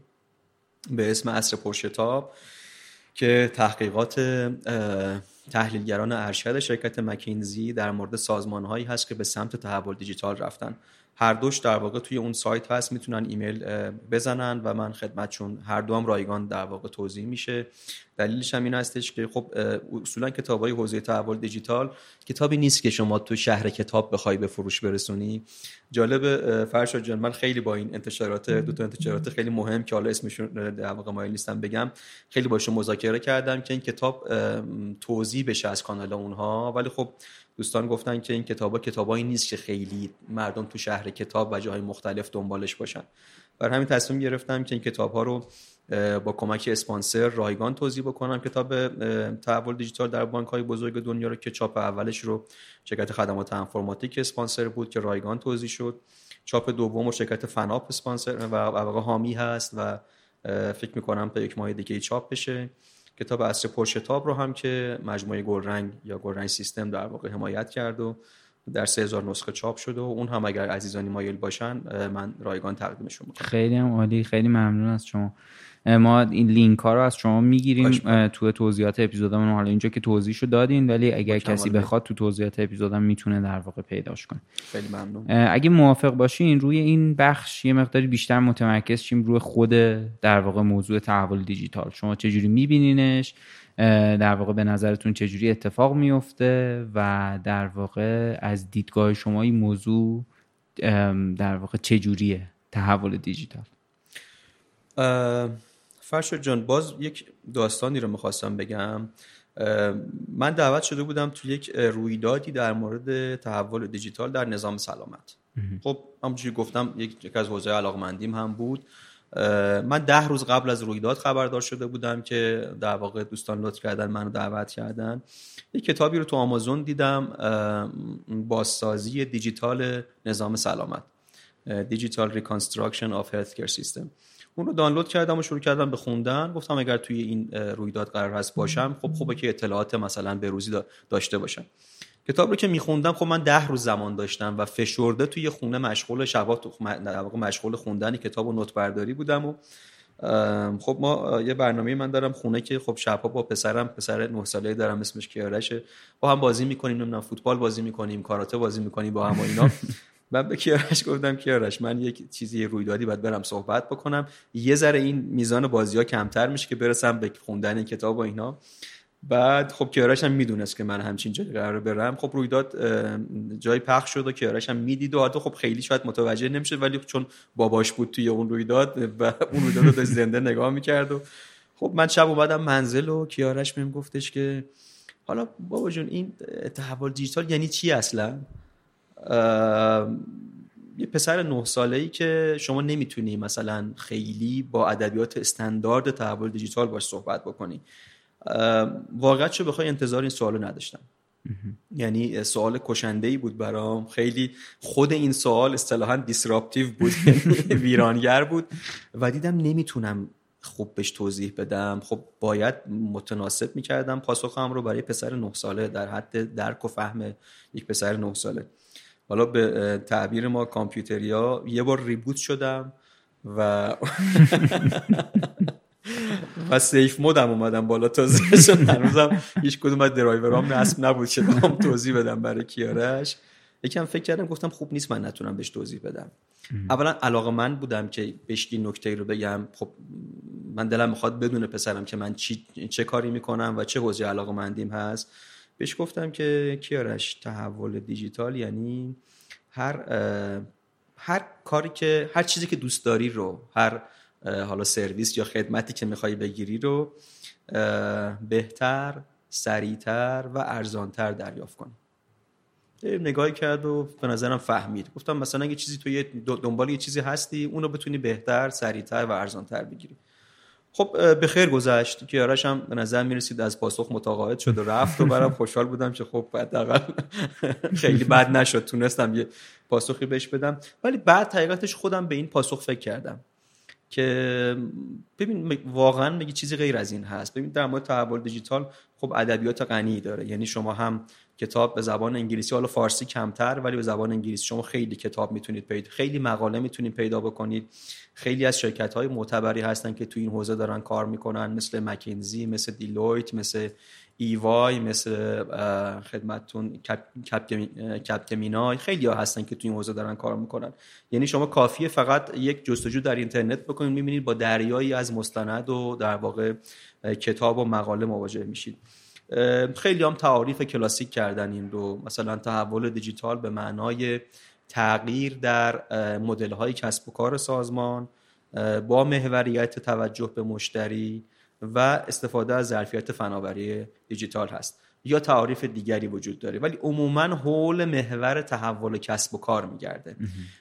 به اسم عصر پرشتاب که تحقیقات تحلیلگران ارشد شرکت مکینزی در مورد سازمان‌هایی هست که به سمت تحول دیجیتال رفتن. هر دوش در واقع توی اون سایت هست، میتونن ایمیل بزنن و من خدمتشون هر دو هم رایگان در واقع توضیح میشه. دلیلش هم این هستش که خب اصولا کتابای حوزه تحول دیجیتال کتابی نیست که شما تو شهر کتاب بخوای به فروش برسونی. جالب فرشاد جان، من خیلی با این انتشارات دو تا انتشارات خیلی مهم که حالا اسمشون در واقع مایل نیستم بگم، خیلی باشون مذاکره کردم که این کتاب توضیح بشه از کانال اونها. ولی خب دوستان گفتن که این کتابا کتابایی نیست که خیلی مردم تو شهر کتاب و جاهای مختلف دنبالش باشن. برای همین تصمیم گرفتم که این کتاب‌ها رو با کمک اسپانسر رایگان توضیح بکنم. کتاب تحول دیجیتال در بانک‌های بزرگ دنیا رو که چاپ اولش رو شرکت خدمات انفرماتیک اسپانسر بود که رایگان توضیح شد، چاپ دوم رو شرکت فناپ اسپانسر و واقعا حامی هست و فکر می‌کنم تا یک ماه دیگه چاپ بشه. کتاب عصر پرشتاب رو هم که مجموعه گلرنگ یا گلرنگ سیستم در واقع حمایت کرد و در سه هزار نسخه چاپ شده و اون هم اگر عزیزانی مایل باشن من رایگان تقدیمشون میکنم. خیلی هم عالی، خیلی ممنون از شما. ما این لینک ها رو از شما میگیریم تو توضیحات اپیزودمون. حالا اینجا که توضیحشو دادین، ولی اگر کسی بخواد تو توضیحات اپیزودم میتونه در واقع پیداش کنه. خیلی ممنون. اگه موافق باشین روی این بخش یه مقداری بیشتر متمرکز شیم روی خود در واقع موضوع تحول دیجیتال. شما چجوری میبینینش؟ در واقع به نظرتون چجوری اتفاق میفته و در واقع از دیدگاه شما این موضوع در واقع چجوریه تحول دیجیتال؟ فرشاد جان، باز یک داستانی رو میخواستم بگم. من دعوت شده بودم تو یک رویدادی در مورد تحول دیجیتال در نظام سلامت. خب همونجوری گفتم یک از حوزه علاقمندیم هم بود. من ده روز قبل از رویداد خبردار شده بودم که در واقع دوستان لطف کردن منو دعوت کردن. یک کتابی رو تو آمازون دیدم، بازسازی دیجیتال نظام سلامت، Digital Reconstruction of Healthcare System. اون رو دانلود کردم و شروع کردم به خوندن. گفتم اگر توی این رویداد قرار هست باشم، خب خوبه که اطلاعات مثلا به روزی داشته باشم. کتاب رو که میخوندم، خب من ده روز زمان داشتم و فشرده توی خونه مشغول شبا تو مشغول خوندن کتاب و نوت برداری بودم. و خب ما یه برنامه من دارم خونه که خب شبا با پسرم، پسر نه ساله‌ای دارم اسمش کیارشه، با هم بازی میکنیم، نمیدونم فوتبال بازی میکنیم، کاراته بازی میکنیم با هم و اینا. من به کیارش گفتم کیارش من یک چیزی رویدادی باید برم صحبت بکنم، یه ذره این میزان بازی‌ها کمتر میشه که برسم به خوندن این کتاب و اینا. بعد خب کیارش هم میدونست که من همچین جایی قراره برم. خب رویداد جای پخش شد و کیارش هم میدید و حتی خب خیلی شاید متوجه نمیشه، ولی چون باباش بود توی اون رویداد و اون رویداد رو داشت زنده نگاه میکرد. و خب من شب اومدم منزل و کیارش بهم گفتش که حالا بابا جون این تحول دیجیتال یعنی چی اصلا؟ یه پسر نه ساله‌ای که شما نمیتونی مثلا خیلی با ادبیات استاندارد تحول دیجیتال باش صحبت بکنی. واقعا چه بخوای انتظار این سوالو نداشتم. یعنی سوال کشنده‌ای بود برام. خیلی خود این سوال اصطلاحاً دیسراپتیو بود، ویرانگر بود و دیدم نمیتونم خوب بهش توضیح بدم. خب باید متناسب میکردم پاسخم رو برای پسر نه ساله در حد درک و فهم یک پسر نه ساله. حالا به تعبیر ما کامپیوتریا یه بار ریبوت شدم و و سیف مودم اومدم بالا تازه، چون هنوزم هیچ کدوم از درایورام نصب نبود که بخوام توضیح بدم برای کیارش. یکم فکر کردم گفتم خوب نیست من نتونم بهش توضیح بدم. اولا علاقه‌مند بودم که بهش این نکته رو بگم. خب من دلم میخواد بدونه پسرم که من چی چه کاری میکنم و چه حوزه علاقه‌مندیم هست. بهش گفتم که کیارش تحول دیجیتال یعنی هر هر کاری که هر چیزی که دوست داری رو، هر حالا سرویس یا خدمتی که میخوای بگیری رو بهتر، سریعتر و ارزانتر دریافت کنی. نگاهی کرد و به نظرم فهمید. گفتم مثلا اگه چیزی تو یه دنبال یه چیزی هستی، اونو بتونی بهتر، سریعتر و ارزانتر بگیری. خب به خیر گذشت. کیارش هم به نظر میرسید از پاسخ متقاعد شد و رفت و برام خوشحال بودم که خب حداقل خیلی بد نشد، تونستم یه پاسخی بهش بدم. ولی بعد حقیقتش خودم به این پاسخ فکر کردم که ببین واقعا میگه چیزی غیر از این هست. ببین در مورد تحول دیجیتال خب ادبیات غنی داره. یعنی شما هم کتاب به زبان انگلیسی، حالا فارسی کمتر، ولی به زبان انگلیسی شما خیلی کتاب میتونید پیدا، خیلی مقاله میتونید پیدا بکنید. خیلی از شرکت‌های معتبری هستن که تو این حوزه دارن کار میکنن، مثل مکنزی، مثل دیلویت، مثل ایوای، مثل خدمتتون کپگمینای. خیلی ها هستن که تو این حوزه دارن کار میکنن. یعنی شما کافیه فقط یک جستجو در اینترنت بکنید، میبینید با دریایی از مستند و در واقع کتاب و مقاله مواجه میشید. خیلی هم تعاریف کلاسیک کردن این رو، مثلا تحول دیجیتال به معنای تغییر در مدل‌های کسب و کار سازمان با محوریت توجه به مشتری و استفاده از ظرفیت فناوری دیجیتال هست. یا تعاریف دیگری وجود داره، ولی عموما حول محور تحول کسب و کار میگرده.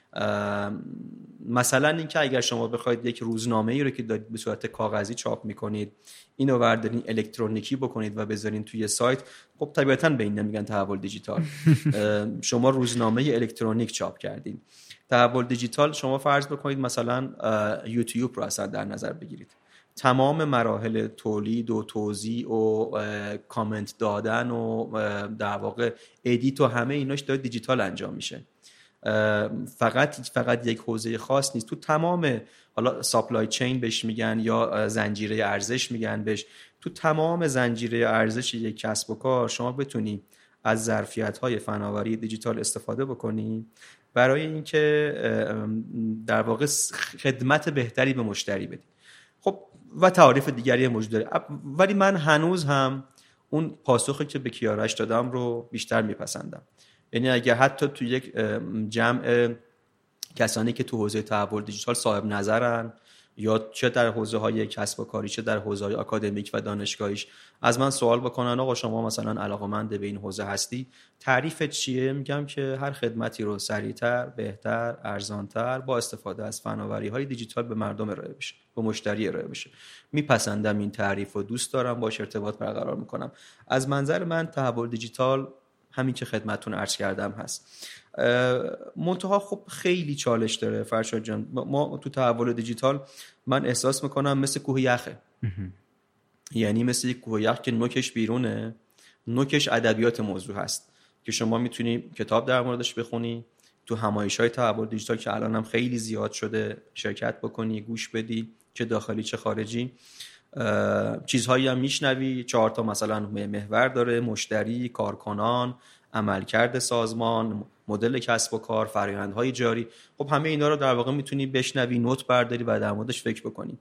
مثلا اینکه اگر شما بخواید یک روزنامه‌ای رو که دارید به صورت کاغذی چاپ میکنید، اینو بردارین الکترونیکی بکنید و بذارین توی سایت، خب طبیعتاً به این نمیگن تحول دیجیتال. شما روزنامه الکترونیک چاپ کردین. تحول دیجیتال شما فرض بکنید مثلا یوتیوب رو اصلا در نظر بگیرید. تمام مراحل تولید و توزیع و کامنت دادن و در واقع ادیت و همه ایناش داره دیجیتال انجام میشه. فقط فقط یک حوزه خاص نیست. تو تمام، حالا ساپلای چین بهش میگن یا زنجیره ارزش میگن بهش، تو تمام زنجیره ارزش یک کسب و کار شما بتونی از ظرفیت‌های فناوری دیجیتال استفاده بکنی برای اینکه در واقع خدمت بهتری به مشتری بدی. خب و تعاریف دیگری موجود داره، ولی من هنوز هم اون پاسخی که به کیارش دادم رو بیشتر میپسندم. یعنی اگر حتی تو یک جمع کسانی که تو حوزه تحول دیجیتال صاحب نظرن، یا چه در حوزه های کسب و کاری چه در حوزه های آکادمیک و دانشگاهیش، از من سوال بکنن آقا شما مثلا علاقه‌مند به این حوزه هستی، تعریفت چیه؟ میگم که هر خدمتی رو سریعتر، بهتر، ارزانتر با استفاده از فناوری های دیجیتال به مردم ارائه بشه، به مشتری ارائه بشه. میپسندم این تعریف و دوست دارم، باش ارتباط برقرار میکنم. از منظر من تحول دیجیتال همین که خدمتتون عرض کردم هست. منتها خب خیلی چالش داره فرشاد جان. ما تو تحول دیجیتال من احساس میکنم مثل کوه یخه، یعنی مثل یک کوه یخ که نوکش بیرونه، نوکش ادبیات موضوع هست که شما میتونی کتاب در موردش بخونی، تو همایش‌های تحول دیجیتال که الان هم خیلی زیاد شده شرکت بکنی، گوش بدی، چه داخلی چه خارجی. چیزهایی هم میشنوی، چهار تا مثلا محور داره: مشتری، کارکنان، عملکرد سازمان، مدل کسب و کار، فرآیندهای جاری. خب همه اینا رو در واقع میتونی بشنوی، نوت برداری و در موردش فکر بکنی.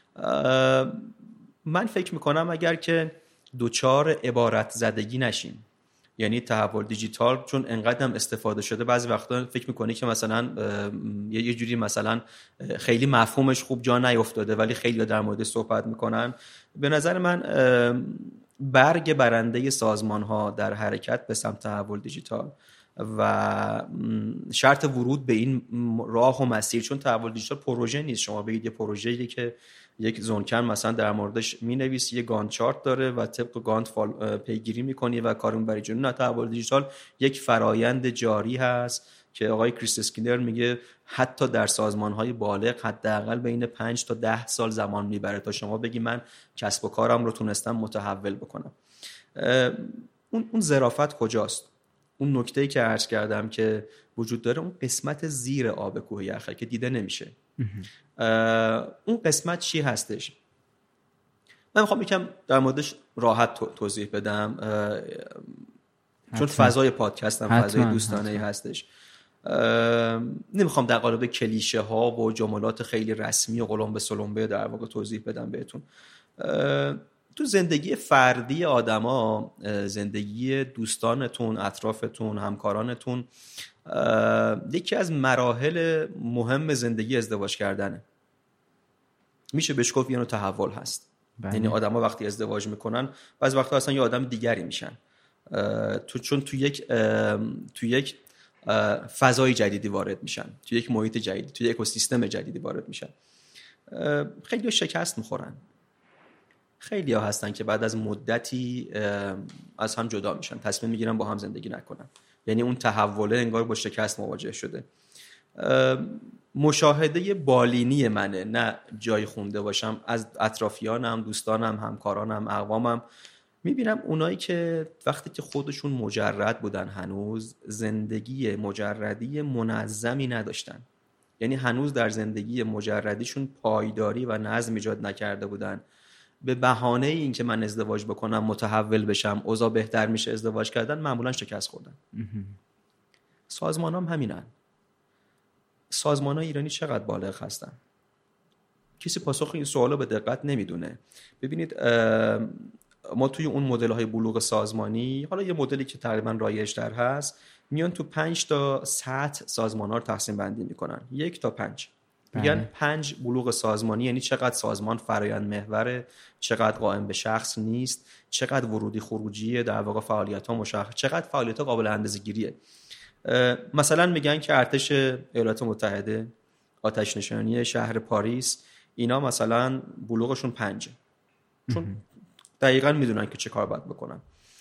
من فکر میکنم اگر که دوچار عبارت زدگی نشیم، یعنی تحول دیجیتال چون انقدر هم استفاده شده بعضی وقتا فکر میکنی که مثلا یه جوری مثلا خیلی مفهومش خوب جا نیافتاده ولی خیلی در موردش صحبت میکنن. به نظر من برگ برنده سازمان ها در حرکت به سمت تحول دیجیتال و شرط ورود به این راه و مسیر، چون تحول دیجیتال پروژه نیست. شما بگید یه پروژه‌ای که یک زونکن مثلا در موردش مینویسی، یه گانت چارت داره و طبق گانت پیگیری میکنی و کارو میبری جلو. نه، تحول دیجیتال یک فرایند جاری هست که آقای کریس اسکینر میگه حتی در سازمان‌های بالغ حداقل بین پنج تا ده سال زمان میبره تا شما بگی من کسب و کارم رو تونستم متحول بکنم. اون اون ظرافت کجاست؟ اون نکته‌ای که عرض کردم که وجود داره، اون قسمت زیر آب کوه یخه که دیده نمیشه. اون قسمت چی هستش؟ من میخوام یکم در موردش راحت توضیح بدم چون فضای پادکستم فضای دوستانه‌ای هستش. نمیخوام در قالب کلیشه ها و جملات خیلی رسمی و قلمبه سلمبه در واقع توضیح بدم بهتون. تو زندگی فردی آدما، زندگی دوستانتون، اطرافتون، همکارانتون، یکی از مراحل مهم زندگی ازدواج کردنه. میشه بهش گفت یه نوع تحول هست. یعنی آدما وقتی ازدواج میکنن بعضی وقتا اصلا یه آدم دیگری میشن، تو چون تو یک تو یک فضای جدیدی وارد میشن، تو یک محیط جدیدی، تو یک اکوسیستم جدیدی وارد میشن. خیلی شکست میخورن. خیلی ها هستن که بعد از مدتی از هم جدا میشن، تصمیم میگیرن با هم زندگی نکنن. یعنی اون تحوله انگار با شکست مواجه شده. مشاهده بالینی منه، نه جای خونده باشم، از اطرافیانم، دوستانم، همکارانم، اقوامم، میبینم اونایی که وقتی که خودشون مجرد بودن هنوز زندگی مجردی منظمی نداشتن. یعنی هنوز در زندگی مجردیشون پایداری و نظم ایجاد نکرده بودن. به بهانه این که من ازدواج بکنم، متحول بشم، اوضاع بهتر میشه، ازدواج کردن، معمولا شکست خوردن. سازمان هم همینن. سازمان های ایرانی چقدر بالغ هستن؟ کسی پاسخ این سوالو به دقت نمیدونه. ببینید ما توی اون مدل های بلوغ سازمانی، حالا یه مدلی که تقریبا رایج در هست، میان تو پنج تا سطح سازمان ها رو تقسیم بندی میکنن. یک تا پنج. میگن پنج بلوغ سازمانی، یعنی چقدر سازمان فرآیند محوره، چقدر قائم به شخص نیست، چقدر ورودی خروجیه، در واقع فعالیت ها مشخص، چقدر فعالیت ها قابل اندازه‌گیریه. مثلا میگن که ارتش ایالات متحده، آتش نشانی شهر پاریس، اینا مثلا بلوغشون پنجه، چون دقیقاً میدونن که چه کار باید بکنن.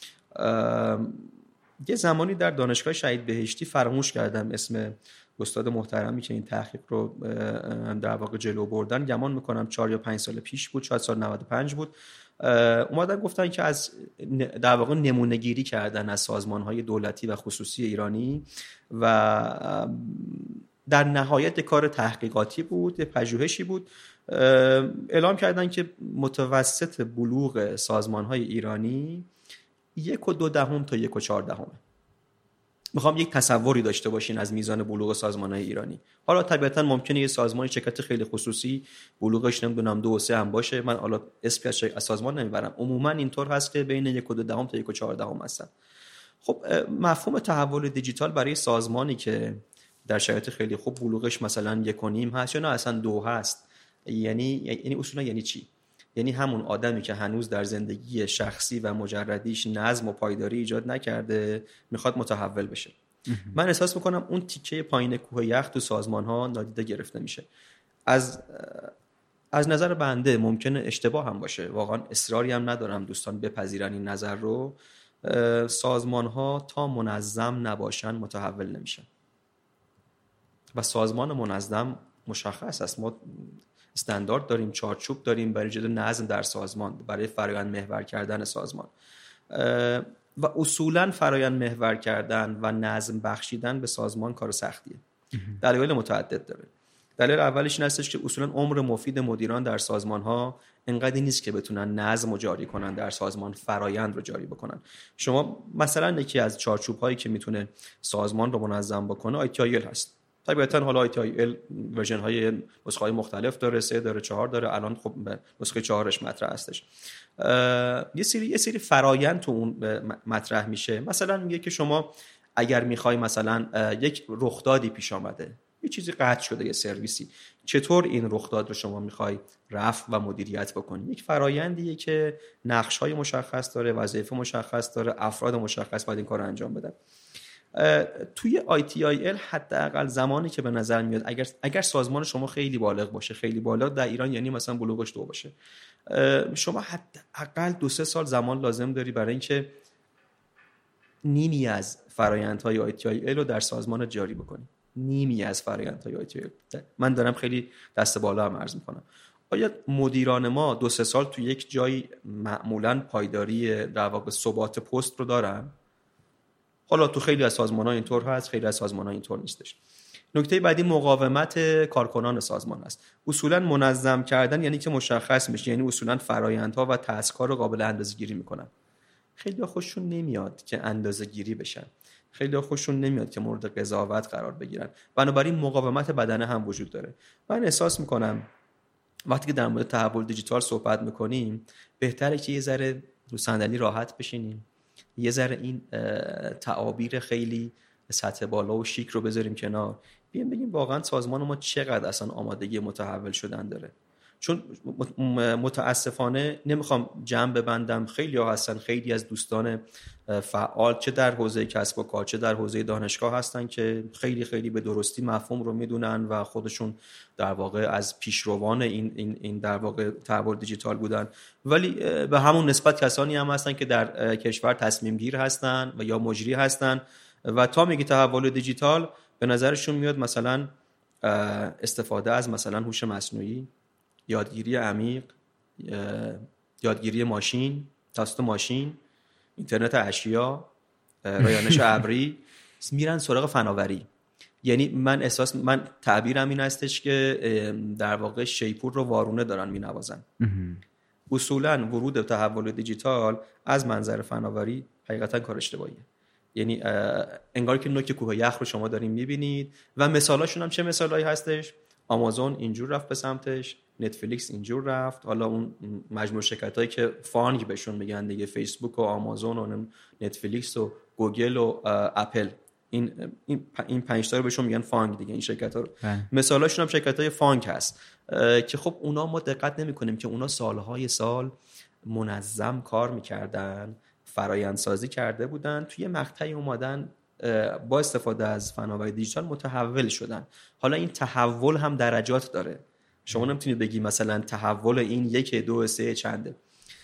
یه زمانی در دانشگاه شهید بهشتی فراموش کردم اسم استاد محترمی که این تحقیق رو در واقع جلو بردن، گمان میکنم چهار یا پنج سال پیش بود، شاید سال نود و پنج بود، اومدن گفتن که از در واقع نمونه گیری کردن از سازمان‌های دولتی و خصوصی ایرانی و در نهایت کار تحقیقاتی بود، پژوهشی بود، اعلام کردن که متوسط بلوغ سازمان‌های ایرانی یک و دو دهم تا یک و چهار دهمه. میخوام یک تصوری داشته باشین از میزان بلوغ سازمان‌های ایرانی. حالا طبیعتاً ممکنه یه سازمان شرکت خیلی خصوصی بلوغش نمیدونم دو و سه هم باشه، من حالا اسمی از سازمان نمیبرم، عموما اینطور هست که بین یک و دو دهم تا یک و چهار دهم هستن. خب مفهوم تحول دیجیتال برای سازمانی که در شرایط خیلی خوب بلوغش مثلا یک و نیم هست یا نه اصلا دو هست، یعنی یعنی اصولا یعنی چی؟ یعنی همون آدمی که هنوز در زندگی شخصی و مجردیش نظم و پایداری ایجاد نکرده میخواد متحول بشه. من احساس میکنم اون تیکه پایین کوه یخ تو سازمان ها نادیده گرفته میشه. از از نظر بنده ممکنه اشتباه هم باشه، واقعا اصراری هم ندارم دوستان بپذیرن این نظر رو، سازمان ها تا منظم نباشن متحول نمیشن و سازمان منظم مشخص است. ما استاندارد داریم، چارچوب داریم برای ایجاد نظم در سازمان، برای فرآیند محور کردن سازمان و اصولا فرآیند محور کردن و نظم بخشیدن به سازمان کار سختیه. دلایل متعدد داره. دلیل اولش این هستش که اصولا عمر مفید مدیران در سازمان ها انقدر نیست که بتونن نظم رو جاری کنن در سازمان، فرآیند رو جاری بکنن. شما مثلا یکی از چارچوب هایی که میتونه سازمان رو منظم بکنه آی تی آی ال هست. طبیعتاً حالا آی تی آی ال ورژن های نسخه های مختلف داره، سه داره، چهار داره، الان خب نسخه چهارش مطرح هستش. یه سری یه سری فرآیند تو اون مطرح میشه. مثلا میگه که شما اگر میخوای مثلا یک رخدادی پیش آمده، یه چیزی قطع شده، یه سرویسی، چطور این رخداد رو شما میخوای رفع و مدیریت بکنی؟ یک فرآیندیه که نقش‌های مشخص داره، وظایف مشخص داره، افراد مشخص باید این کار رو انجام بدن. توی آی تی آی ال حداقل زمانی که به نظر میاد اگر اگر سازمان شما خیلی بالغ باشه، خیلی بالغ در ایران یعنی مثلا بلوغش دو باشه، شما حداقل دو سه سال زمان لازم داری برای اینکه نیمی از فرآیندهای آی تی آی ال رو در سازمان جاری بکنی. نیمی از فرآیندهای آی تی آی ال. من دارم خیلی دست بالا هم عرض میکنم. آیا مدیران ما دو سه سال تو یک جایی معمولاً پایداری در واقع ثبات پست رو دارن؟ حالا تو خیلی از سازمان‌ها اینطور هست، خیلی از سازمان‌ها اینطور نیستش. نکته بعدی مقاومت کارکنان سازمان است. اصولاً منظم کردن یعنی که مشخص میشه، یعنی اصولاً فرآیندها و تاسک‌ها رو قابل اندازه‌گیری میکنن. خیلی خوششون نمیاد که اندازه‌گیری بشن. خیلی خوششون نمیاد که مورد قضاوت قرار بگیرن. بنابراین مقاومت بدنه هم وجود داره. من احساس میکنم وقتی که در مورد تحول دیجیتال صحبت میکنیم بهتره که یه ذره رو صندلی راحت بشینیم، یه ذره این تعابیر خیلی سطح بالا و شیک رو بذاریم کنار، بیایم بگیم واقعا سازمان ما چقدر اصلا آمادگی متحول شدن داره. چون متاسفانه نمیخوام جمع ببندم، خیلی ها هستن، خیلی از دوستان فعال چه در حوزه کسب و کار چه در حوزه دانشگاه هستن که خیلی خیلی به درستی مفهوم رو میدونن و خودشون در واقع از پیشروان این این این در واقع تحول دیجیتال بودن، ولی به همون نسبت کسانی هم هستن که در کشور تصمیم گیر هستن و یا مجری هستن و تا میگه تحول دیجیتال به نظرشون میاد مثلا استفاده از مثلا هوش مصنوعی، یادگیری عمیق، یادگیری ماشین توسط ماشین، اینترنت اشیا، رایانش ابری، میرن سراغ فناوری. یعنی من احساس من تعبیرم این هستش که در واقع شیپور رو وارونه دارن مینوازن. اصولا ورود تحول دیجیتال از منظر فناوری حقیقتا کار اشتباهیه. یعنی انگار که نوک کوه یخ رو شما دارین میبینید و مثالاشون هم چه مثالایی هستش؟ آمازون اینجور رفت به سمتش، نتفلیکس اینجور رفت، حالا اون مجموع شرکتایی که فانگ بهشون میگن دیگه، فیسبوک و آمازون و نتفلیکس و گوگل و اپل، این این این پنج تا رو بهشون میگن فانگ دیگه، این شرکت‌ها رو. مثالاشون هم شرکت‌های فانگ هست که خب اونا ما دقت نمی‌کنیم که اونا سالهای سال منظم کار می‌کردن، فرآیندسازی کرده بودن، توی مقطعی اومدن با استفاده از فناوری دیجیتال متحول شدن. حالا این تحول هم درجات داره. شما نمیتونید بگی مثلا تحول این یک دو سه چنده.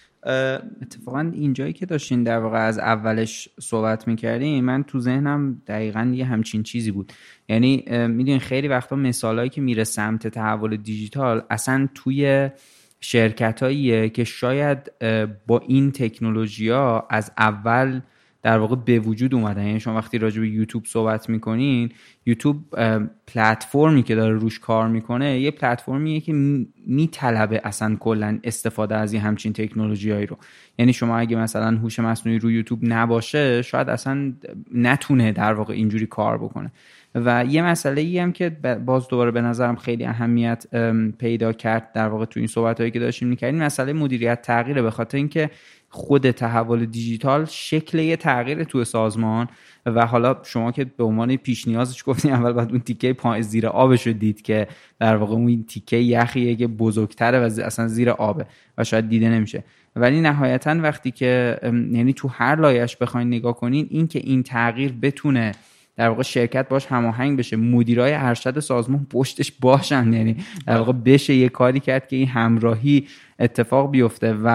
اتفاقا اینجایی که داشتین در واقع از اولش صحبت میکردین من تو ذهنم دقیقاً یه همچین چیزی بود. یعنی میدونین خیلی وقتا مثالایی که میره سمت تحول دیجیتال اصلا توی شرکتاییه که شاید با این تکنولوژیا از اول در واقع به وجود اومدن. یعنی شما وقتی راجع به یوتیوب صحبت میکنین، یوتیوب پلتفرمی که داره روش کار میکنه یه پلتفرمیه که میطلبه اصلا کلا استفاده از این همچین تکنولوژیایی رو. یعنی شما اگه مثلا هوش مصنوعی رو یوتیوب نباشه شاید اصلا نتونه در واقع اینجوری کار بکنه. و یه مسئله ای هم که باز دوباره به نظرم خیلی اهمیت پیدا کرد در واقع تو این صحبتایی که داشتیم می‌کردیم، مسئله مدیریت تغییره، به خاطر اینکه خود تحول دیجیتال شکل یه تغییر تو سازمان و حالا شما که به عنوان پیش نیازش گفتین اول باید اون تیکه پای زیر آبش رو دید که در واقع اون تیکه یخیه که بزرگتره و اصلا زیر آبه و شاید دیده نمیشه، ولی نهایتا وقتی که یعنی تو هر لایه‌اش بخواید نگاه کنین این که این تغییر بتونه در واقع شرکت باش هماهنگ بشه، مدیرای ارشد سازمان پشتش باشن، یعنی در واقع بشه یه کاری کرد که این همراهی اتفاق بیفته و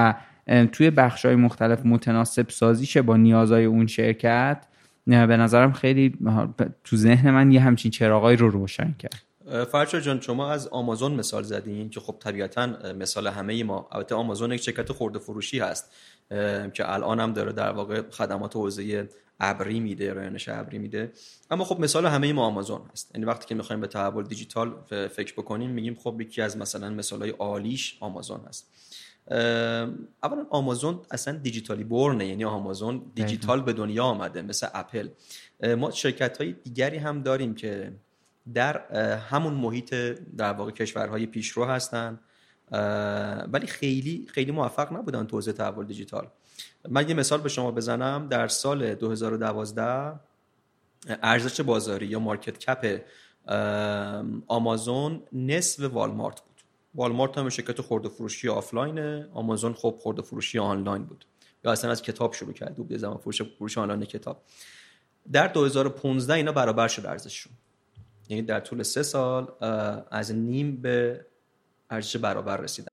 توی بخش‌های مختلف متناسب سازیشه با نیازهای اون شرکت، به نظرم خیلی تو ذهن من یه همچین چراغایی رو روشن کرد. فرشاد جان شما از آمازون مثال زدین که خب طبیعتاً مثال همه ما، البته آمازون یک شرکت خرده فروشی هست که الان هم داره در واقع خدمات حوزه ابری میده، ارائه‌نش ابری میده، اما خب مثال همه ما آمازون هست. یعنی وقتی که میخوایم به تحول دیجیتال فکر بکنیم میگیم خب یکی از مثلا مثالای عالیش آمازون هست. اولا آمازون اصلا دیجیتالی برنه، یعنی آمازون دیجیتال به دنیا آمده مثل اپل. ما شرکت‌های دیگری هم داریم که در همون محیط در واقع کشورهای پیشرو هستن ولی خیلی خیلی موفق نبودن تو حوزه تحول دیجیتال. من یه مثال به شما بزنم، در سال دو هزار و دوازده ارزش بازاری یا مارکت کپ آمازون نصف والمارت بود. والمارت هم شرکت خرده فروشی آفلاینه، آمازون خب خرده فروشی آنلاین بود، یا اصلا از کتاب شروع کرد بود، زمان فروش فروش آنلاین کتاب. در دو هزار و پانزده اینا برابر شد ارزششون، یعنی در طول سه سال از نیم به ارزش برابر رسیدن.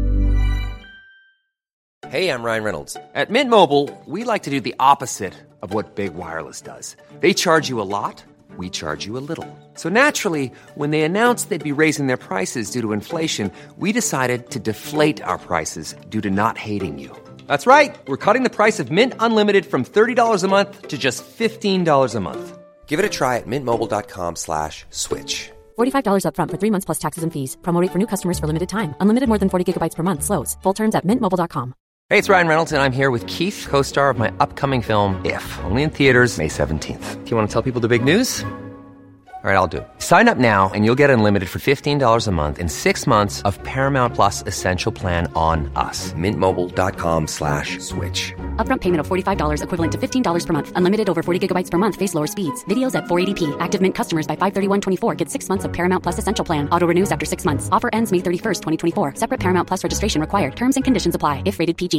Hey, I'm Ryan Reynolds. At Mint Mobile, we like to do the opposite of what Big Wireless does. They charge you a lot, we charge you a little. So naturally, when they announced they'd be raising their prices due to inflation, we decided to deflate our prices due to not hating you. That's right. We're cutting the price of Mint Unlimited from thirty dollars a month to just fifteen dollars a month. Give it a try at mintmobile.com slash switch. forty-five dollars up front for three months plus taxes and fees. Promo rate for new customers for limited time. Unlimited more than forty gigabytes per month. Slows full terms at mint mobile dot com. Hey, it's Ryan Reynolds, and I'm here with Keith, co-star of my upcoming film, If, only in theaters May seventeenth. Do you want to tell people the big news? All right, I'll do it. Sign up now and you'll get unlimited for fifteen dollars a month and six months of Paramount Plus Essential Plan on us. mintmobile.com slash switch. Upfront payment of forty-five dollars equivalent to fifteen dollars per month. Unlimited over forty gigabytes per month. Face lower speeds. Videos at four eighty p. Active Mint customers by five thirty-one twenty-four get six months of Paramount Plus Essential Plan. Auto renews after six months. Offer ends May thirty-first, twenty twenty-four. Separate Paramount Plus registration required. Terms and conditions apply if rated پی جی.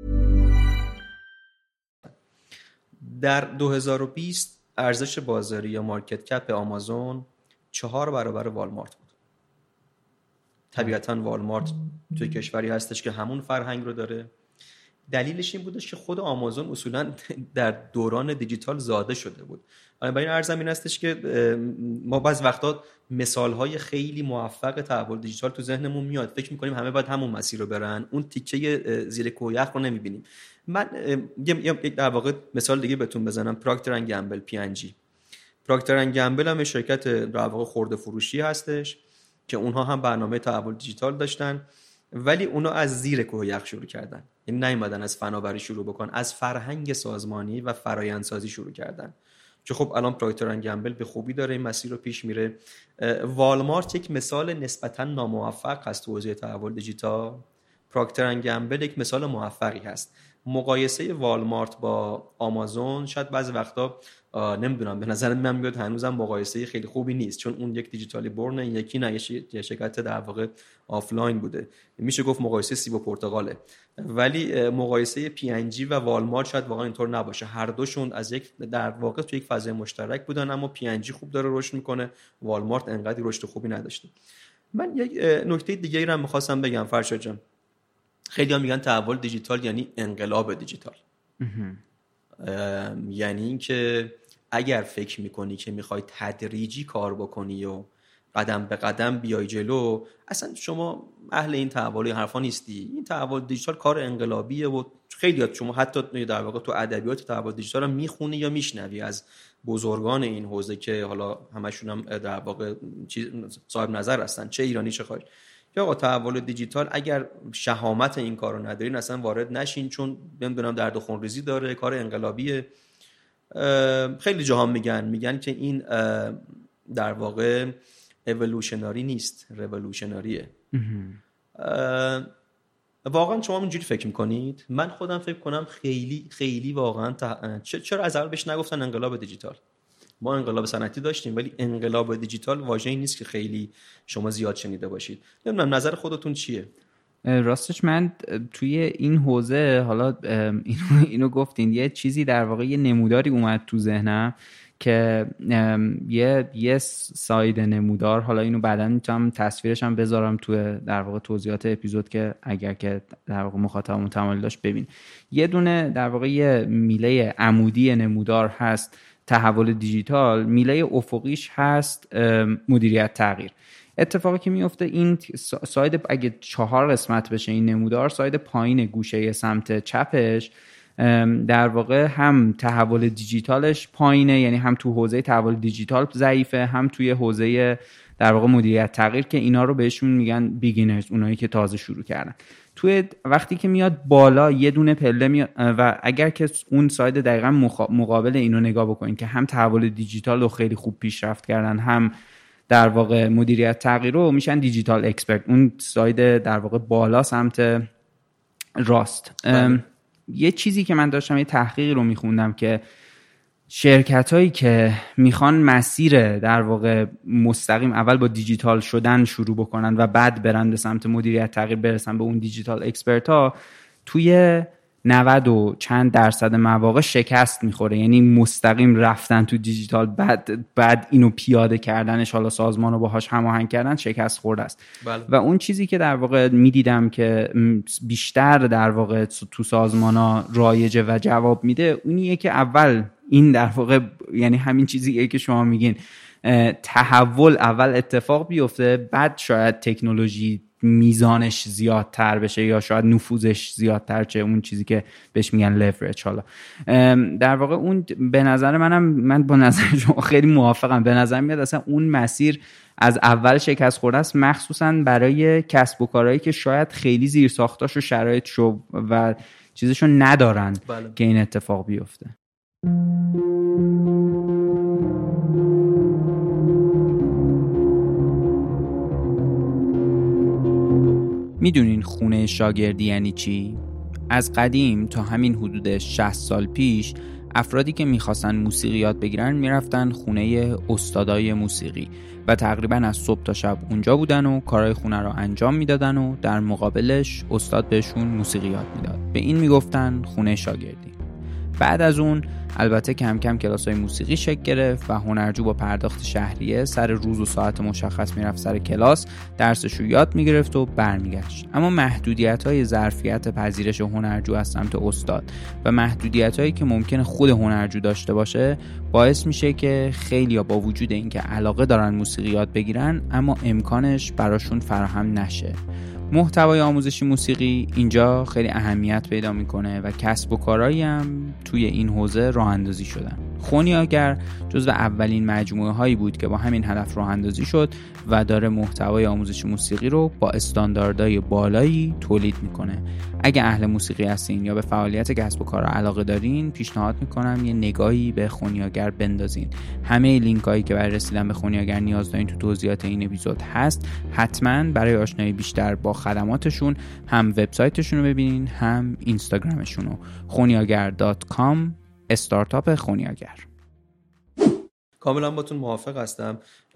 در دو هزار و بیست ارزش بازاری یا مارکت کپ آمازون چهار برابر والمارت بود. طبیعتاً والمارت توی کشوری هستش که همون فرهنگ رو داره. دلیلش این بودش که خود آمازون اصولاً در دوران دیجیتال زاده شده بود. برای این ارزم این هستش که ما بعض وقتا مثال‌های خیلی موفق تحول دیجیتال تو ذهنمون میاد، فکر می‌کنیم همه باید همون مسیر رو برن، اون تیکه زیر کوه یخ رو نمی‌بینیم. من یک در واقع مثال دیگه بهتون بزنم، پراکتر اند گمبل پی ان جی. پراکتر اند گمبل هم شرکت در واقع خرده فروشی هستش که اونها هم برنامه تحول دیجیتال داشتن، ولی اونا از زیر کوه یخ شروع کردن. یعنی نیومدن از فناوری شروع بکن، از فرهنگ سازمانی و فرآیندسازی شروع کردن. که خب الان پراکتر اند گمبل به خوبی داره این مسیر رو پیش میره. والمارت یک مثال نسبتاً ناموفق هست تو حوزه تحول دیجیتال. پراکتر اند گمبل یک مثال موفقی هست. مقایسه والمارت با آمازون شاید بعضی وقتا نمیدونم، به نظر من میاد هنوزم مقایسه خیلی خوبی نیست، چون اون یک دیجیتالی برنه، یکی نه، یه شرکت در واقع آفلاین بوده. میشه گفت مقایسه سیب و پرتقاله. ولی مقایسه پی ان جی و والمارت شاید واقعا اینطور نباشه. هر دوشون از یک در واقع تو یک فضای مشترک بودن، اما پی ان جی خوب داره رشد میکنه، والمارت انقدر رشد خوبی نداشته. من یک نکته دیگه ای رو می‌خواستم بگم فرشاد جان. خیلی ها میگن تحول دیجیتال یعنی انقلاب دیجیتال. یعنی این که اگر فکر میکنی که میخوای تدریجی کار بکنی و قدم به قدم بیای جلو، اصلا شما اهل این تحول و حرفا نیستی. این تحول دیجیتال کار انقلابیه و خیلی ها شما حتی در واقع تو ادبیات تحول دیجیتال رو میخونی یا میشنوی از بزرگان این حوزه که حالا همشون هم در واقع صاحب نظر هستن، چه ایرانی چه خارجی، که آقا تحول دیجیتال اگر شهامت این کارو ندارین اصلا وارد نشین، چون نمیدونم درد و خونریزی داره، کار انقلابیه. خیلی جاها میگن میگن که این در واقع اِوولوشنری نیست، رِوولوشنریه. واقعا شما اینجوری فکر میکنید؟ من خودم فکر کنم خیلی خیلی واقعا ت... چرا از اول بهش نگفتن انقلاب دیجیتال؟ ما انقلاب صنعتی داشتیم، ولی انقلاب دیجیتال واژه‌ای نیست که خیلی شما زیاد شنیده باشید. نمیدونم نظر خودتون چیه؟ راستش من توی این حوزه، حالا اینو, اینو گفتین، یه چیزی در واقع یه نموداری اومد تو ذهنم که یه یه ساید نمودار، حالا اینو بعداً میتونم تصویرش هم بذارم توی در واقع توضیحات اپیزود که اگر که در واقع مخاطبمون تمایل داشت ببین. یه دونه در واقع یه میله عمودی نمودار هست تحول دیجیتال، میله افقیش هست مدیریت تغییر. اتفاقی که میفته این ساید اگه چهار قسمت بشه این نمودار، ساید پایین گوشه سمت چپش در واقع هم تحول دیجیتالش پایینه، یعنی هم تو حوزه تحول دیجیتال ضعیفه، هم توی حوزه در واقع مدیریت تغییر که اینا رو بهشون میگن بیگینرز، اونایی که تازه شروع کردن. توی وقتی که میاد بالا یه دونه پله میاد و اگر که اون ساید دقیقاً مقابل اینو نگاه بکنین که هم تحول دیجیتال رو خیلی خوب پیشرفت کردن، هم در واقع مدیریت تغییر رو میشن دیجیتال اکسپرت، اون ساید در واقع بالا سمت راست. یه چیزی که من داشتم یه تحقیقی رو میخوندم که شرکت هایی که میخوان مسیر در واقع مستقیم اول با دیجیتال شدن شروع بکنن و بعد برن به سمت مدیریت تغییر برسن به اون دیجیتال اکسپرت ها، توی نود و چند درصد مواقع شکست میخوره. یعنی مستقیم رفتن تو دیجیتال بعد بعد اینو پیاده کردنش، حالا سازمان رو باهاش هماهنگ کردن، شکست خورده است. بله. و اون چیزی که در واقع میدیدم که بیشتر در واقع تو سازمان‌ها رایجه و جواب میده، اونیه که اول این در واقع یعنی همین چیزیه که شما میگین، تحول اول اتفاق بیفته، بعد شاید تکنولوژی میزانش زیادتر بشه یا شاید نفوذش زیادتر چه، اون چیزی که بهش میگن لورج. حالا در واقع اون به نظر منم، من با نظر شما خیلی موافقم، به نظر میاد اصلا اون مسیر از اول شکست خورده است، مخصوصا برای کسب و کارهایی که شاید خیلی زیر ساختاش و شرایطشو و چیزشو ندارن. بله. که این اتفاق بیفته. میدونین خونه شاگردی یعنی چی؟ از قدیم تا همین حدود شصت سال پیش افرادی که میخواستن موسیقی یاد بگیرن میرفتن خونه استادای موسیقی و تقریبا از صبح تا شب اونجا بودن و کارهای خونه رو انجام میدادن و در مقابلش استاد بهشون موسیقی یاد میداد. به این میگفتن خونه شاگردی. بعد از اون البته کم کم کلاس‌های موسیقی شکل گرفت و هنرجو با پرداخت شهریه سر روز و ساعت مشخص میرفت سر کلاس، درسش رو یاد میگرفت و برمیگشت. اما محدودیت‌های ظرفیت پذیرش هنرجو از سمت استاد و محدودیت‌هایی که ممکنه خود هنرجو داشته باشه باعث میشه که خیلی‌ها با وجود اینکه علاقه دارن موسیقی یاد بگیرن اما امکانش براشون فراهم نشه. محتوای آموزشی موسیقی اینجا خیلی اهمیت پیدا میکنه و کسب و کارهایی هم توی این حوزه راه اندازی شدن. خونیاگر جزو اولین مجموعه هایی بود که با همین هدف راه اندازی شد و داره محتوای آموزشی موسیقی رو با استانداردهای بالایی تولید میکنه. اگه اهل موسیقی هستین یا به فعالیت کسب و کار علاقه دارین، پیشنهاد میکنم یه نگاهی به خونیاگر بندازین. همه لینک هایی که برای رسیدن به خونیاگر نیاز دارین تو توضیحات این اپیزود هست. حتما برای آشنایی بیشتر با خدماتشون هم وبسایتشون رو ببینین، هم اینستاگرامشون رو. خونیاگر دات کام، استارتاپ خونیاگر. کاملا باتون موافق هستم.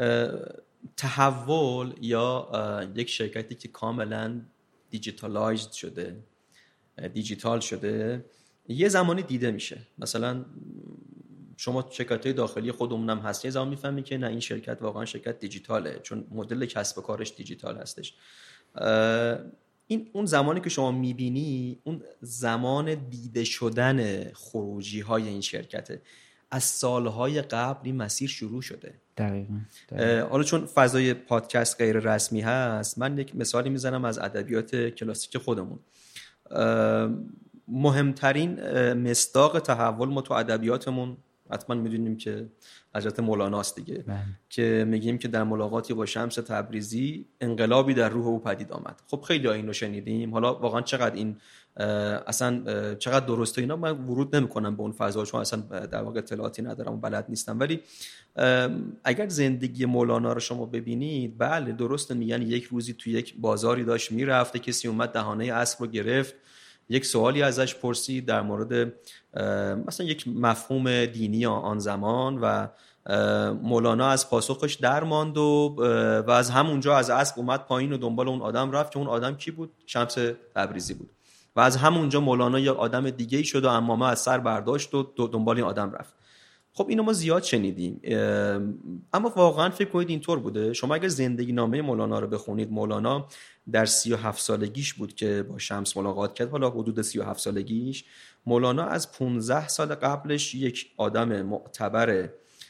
تحول یا یک شرکتی که کاملا دیجیتالایزد شده، دیجیتال شده، یه زمانی دیده میشه. مثلا شما شرکت‌های داخلی خودمون هم هست، یه زمان میفهمی که نه این شرکت واقعا شرکت دیجیتاله، چون مدل کسب و کارش دیجیتال هستش. این اون زمانی که شما میبینی، اون زمان دیده شدن خروجی های این شرکته. از سالهای قبل این مسیر شروع شده. دقیقاً, دقیقاً. حالا چون فضای پادکست غیر رسمی هست، من یک مثالی میزنم از ادبیات کلاسیک خودمون. مهمترین مصداق تحول ما تو ادبیاتمون حتما میدونیم که حضرت مولاناست دیگه. بله. که میگیم که در ملاقاتی با شمس تبریزی انقلابی در روح او پدید آمد. خب خیلی ها اینو شنیدیم. حالا واقعا چقدر این اصلا چقدر درسته اینا من ورود نمیکنم به اون فضا، چون اصلا در واقع اطلاعاتی ندارم و بلد نیستم. ولی اگر زندگی مولانا رو شما ببینید، بله درسته، میگن یک روزی تو یک بازاری داشت میرفته، کسی اومد دهانه اسب رو گرفت، یک سوالی ازش پرسید در مورد مثلا یک مفهوم دینی آن زمان و مولانا از پاسخش در ماند و, و از همونجا از اسب اومد پایین و دنبال اون آدم رفت که اون آدم کی بود؟ شمس تبریزی بود. و از همونجا مولانا یا آدم دیگه‌ای شد و عمامه از سر برداشت و دنبال این آدم رفت. خب اینو ما زیاد شنیدیم، اما واقعا فکر کنید اینطور بوده؟ شما اگر زندگی نامه مولانا رو بخونید، مولانا در سی و هفت سالگیش بود که با شمس ملاقات کرد، حالا حدود سی و هفت سالگیش. مولانا از پانزده سال قبلش یک آدم معتبر،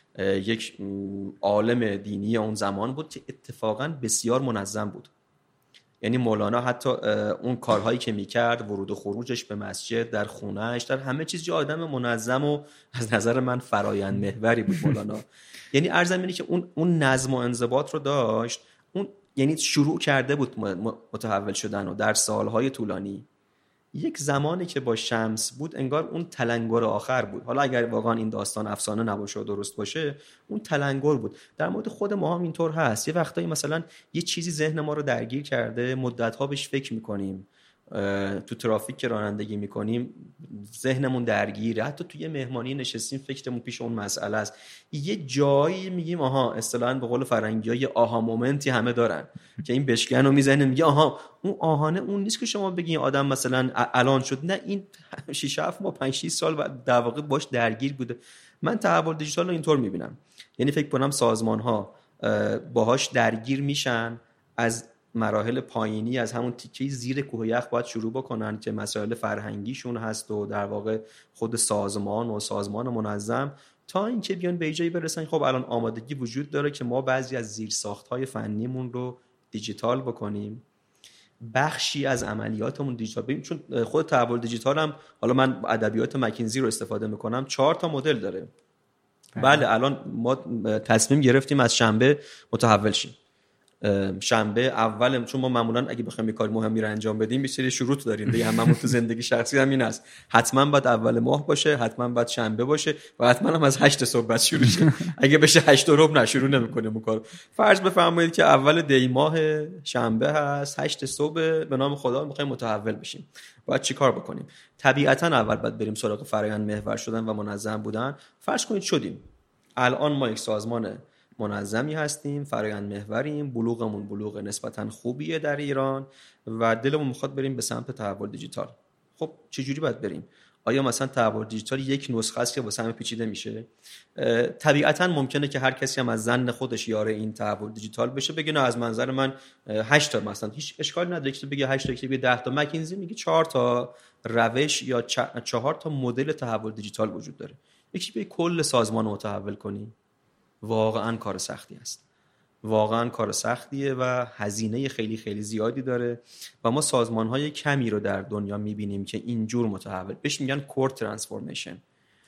یک عالم دینی اون زمان بود که اتفاقا بسیار منظم بود. یعنی مولانا حتی اون کارهایی که میکرد، ورود و خروجش به مسجد، در خونهش، در همه چیز، یه آدم منظم و از نظر من فرایند محوری بود مولانا. یعنی عرضم اینه که اون اون نظم و انضباط رو داشت. اون یعنی شروع کرده بود متحول شدن و در سالهای طولانی. یک زمانی که با شمس بود انگار اون تلنگر آخر بود. حالا اگر واقعا این داستان افسانه نباشه و درست باشه، اون تلنگر بود. در مورد خود ما هم اینطور هست. یه وقتایی مثلا یه چیزی ذهن ما رو درگیر کرده، مدت‌ها بهش فکر می‌کنیم، تو ترافیک که رانندگی می‌کنیم ذهنمون درگیره، حتی توی یه مهمانی نشستیم فکرمون پیش اون مسئله است. یه جایی میگیم آها، اصطلاحاً به قول فرنگی‌ها یه آها مومنتی همه دارن که این بشکن رو میزنه میگه آها اون آهانه اون نیست که شما بگین آدم مثلا الان شد، نه این شش هفت ماه پنج شش سال بعد در واقع باش درگیر بوده. من تحول دیجیتال رو اینطور میبینم، یعنی فکر کنم سازمان‌ها باهاش درگیر میشن، از مراحل پایینی، از همون تیکه زیر کوه یخ باید شروع بکنن که مسائل فرهنگیشون هست و در واقع خود سازمان و سازمان منظم، تا اینکه بیان به جایی برسن خب الان آمادگی وجود داره که ما بعضی از زیرساخت‌های فنیمون رو دیجیتال بکنیم، بخشی از عملیاتمون دیجیتال ببینیم. چون خود تحول دیجیتال هم، حالا من ادبیات مکینزی رو استفاده میکنم، چهار تا مدل داره. بله الان ما تصمیم گرفتیم از شنبه متحول شیم. شنبه اول، چون ما معمولا اگه بخوایم یه کار مهمی رو انجام بدیم یه سری شروط داریم دیگه، هممون تو زندگی شخصی همین است، حتما باید اول ماه باشه، حتما باید شنبه باشه و حتما هم از هشت صبح بعد شروع شه. اگه بشه هشت و ربع نه شروع نمی‌کنیم اون کارو. فرض بفرمایید که اول دی ماه شنبه هست، هشت صبح، به نام خدا می‌خوایم متحول بشیم. باید چیکار بکنیم؟ طبیعتاً اول باید بریم سراغ فرآیند محور شدن و منظم بودن. فرض کنید شدیم. الان ما یک سازمان منظمی هستیم، فرآیند محوریم، بلوغمون بلوغ نسبتاً خوبیه در ایران و دلمون میخواد بریم به سمت تحول دیجیتال. خب چجوری باید بریم؟ آیا مثلا تحول دیجیتال یک نسخه است که واسه همه پیچیده میشه؟ طبیعتاً ممکنه که هر کسی هم از ظن خودش یاره این تحول دیجیتال بشه، بگه نه از منظر من هشت تا، مثلا هیچ اشکالی نداره که بگه هشت تا، که بگه ده تا. مکینزی میگه چهار تا روش یا چهار تا مدل تحول دیجیتال وجود داره. یکی به کل سازمان متحول کنی، واقعا کار سختی است، واقعا کار سختیه و هزینه خیلی خیلی زیادی داره و ما سازمان‌های کمی رو در دنیا می‌بینیم که اینجور متحول بهش میگن کور ترانسفورمیشن.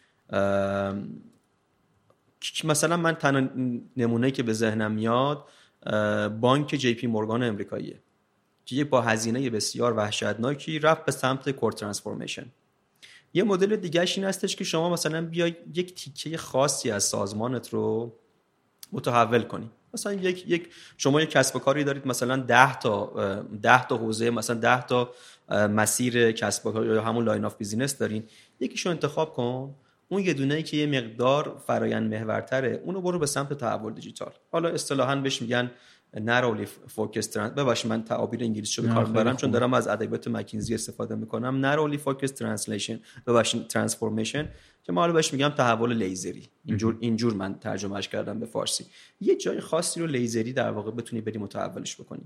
مثلا من تنها نمونه‌ای که به ذهنم میاد بانک جی پی مورگان امریکاییه که با هزینه بسیار وحشتناکی رفت به سمت کور ترانسفورمیشن. یه مدل دیگه‌اش این هستش که شما مثلا بیای یک تیکه خاصی از سازمانت رو متحول کنی. مثلا یک یک شما یک کسب و کاری دارید، مثلا ده تا ده تا حوزه، مثلا ده تا مسیر کسب و کار یا همون لاین آف بیزینس دارین، یکیشو انتخاب کن، اون یه دونه‌ای که یه مقدار فرآیند محورتره اونو برو به سمت تحول دیجیتال. حالا اصطلاحاً بهش میگن narrowly focused trans. ببخشید من تعابیر انگلیسی رو به کار میبرم چون دارم از ادبیات مکینزی استفاده میکنم. narrowly focused translation، ببخشید transformation، که ما حالا بهش میگم تحول لیزری. اینجور اینجور من ترجمهش کردم به فارسی. یه جای خاصی رو لیزری در واقع بتونی بری متحولش بکنی.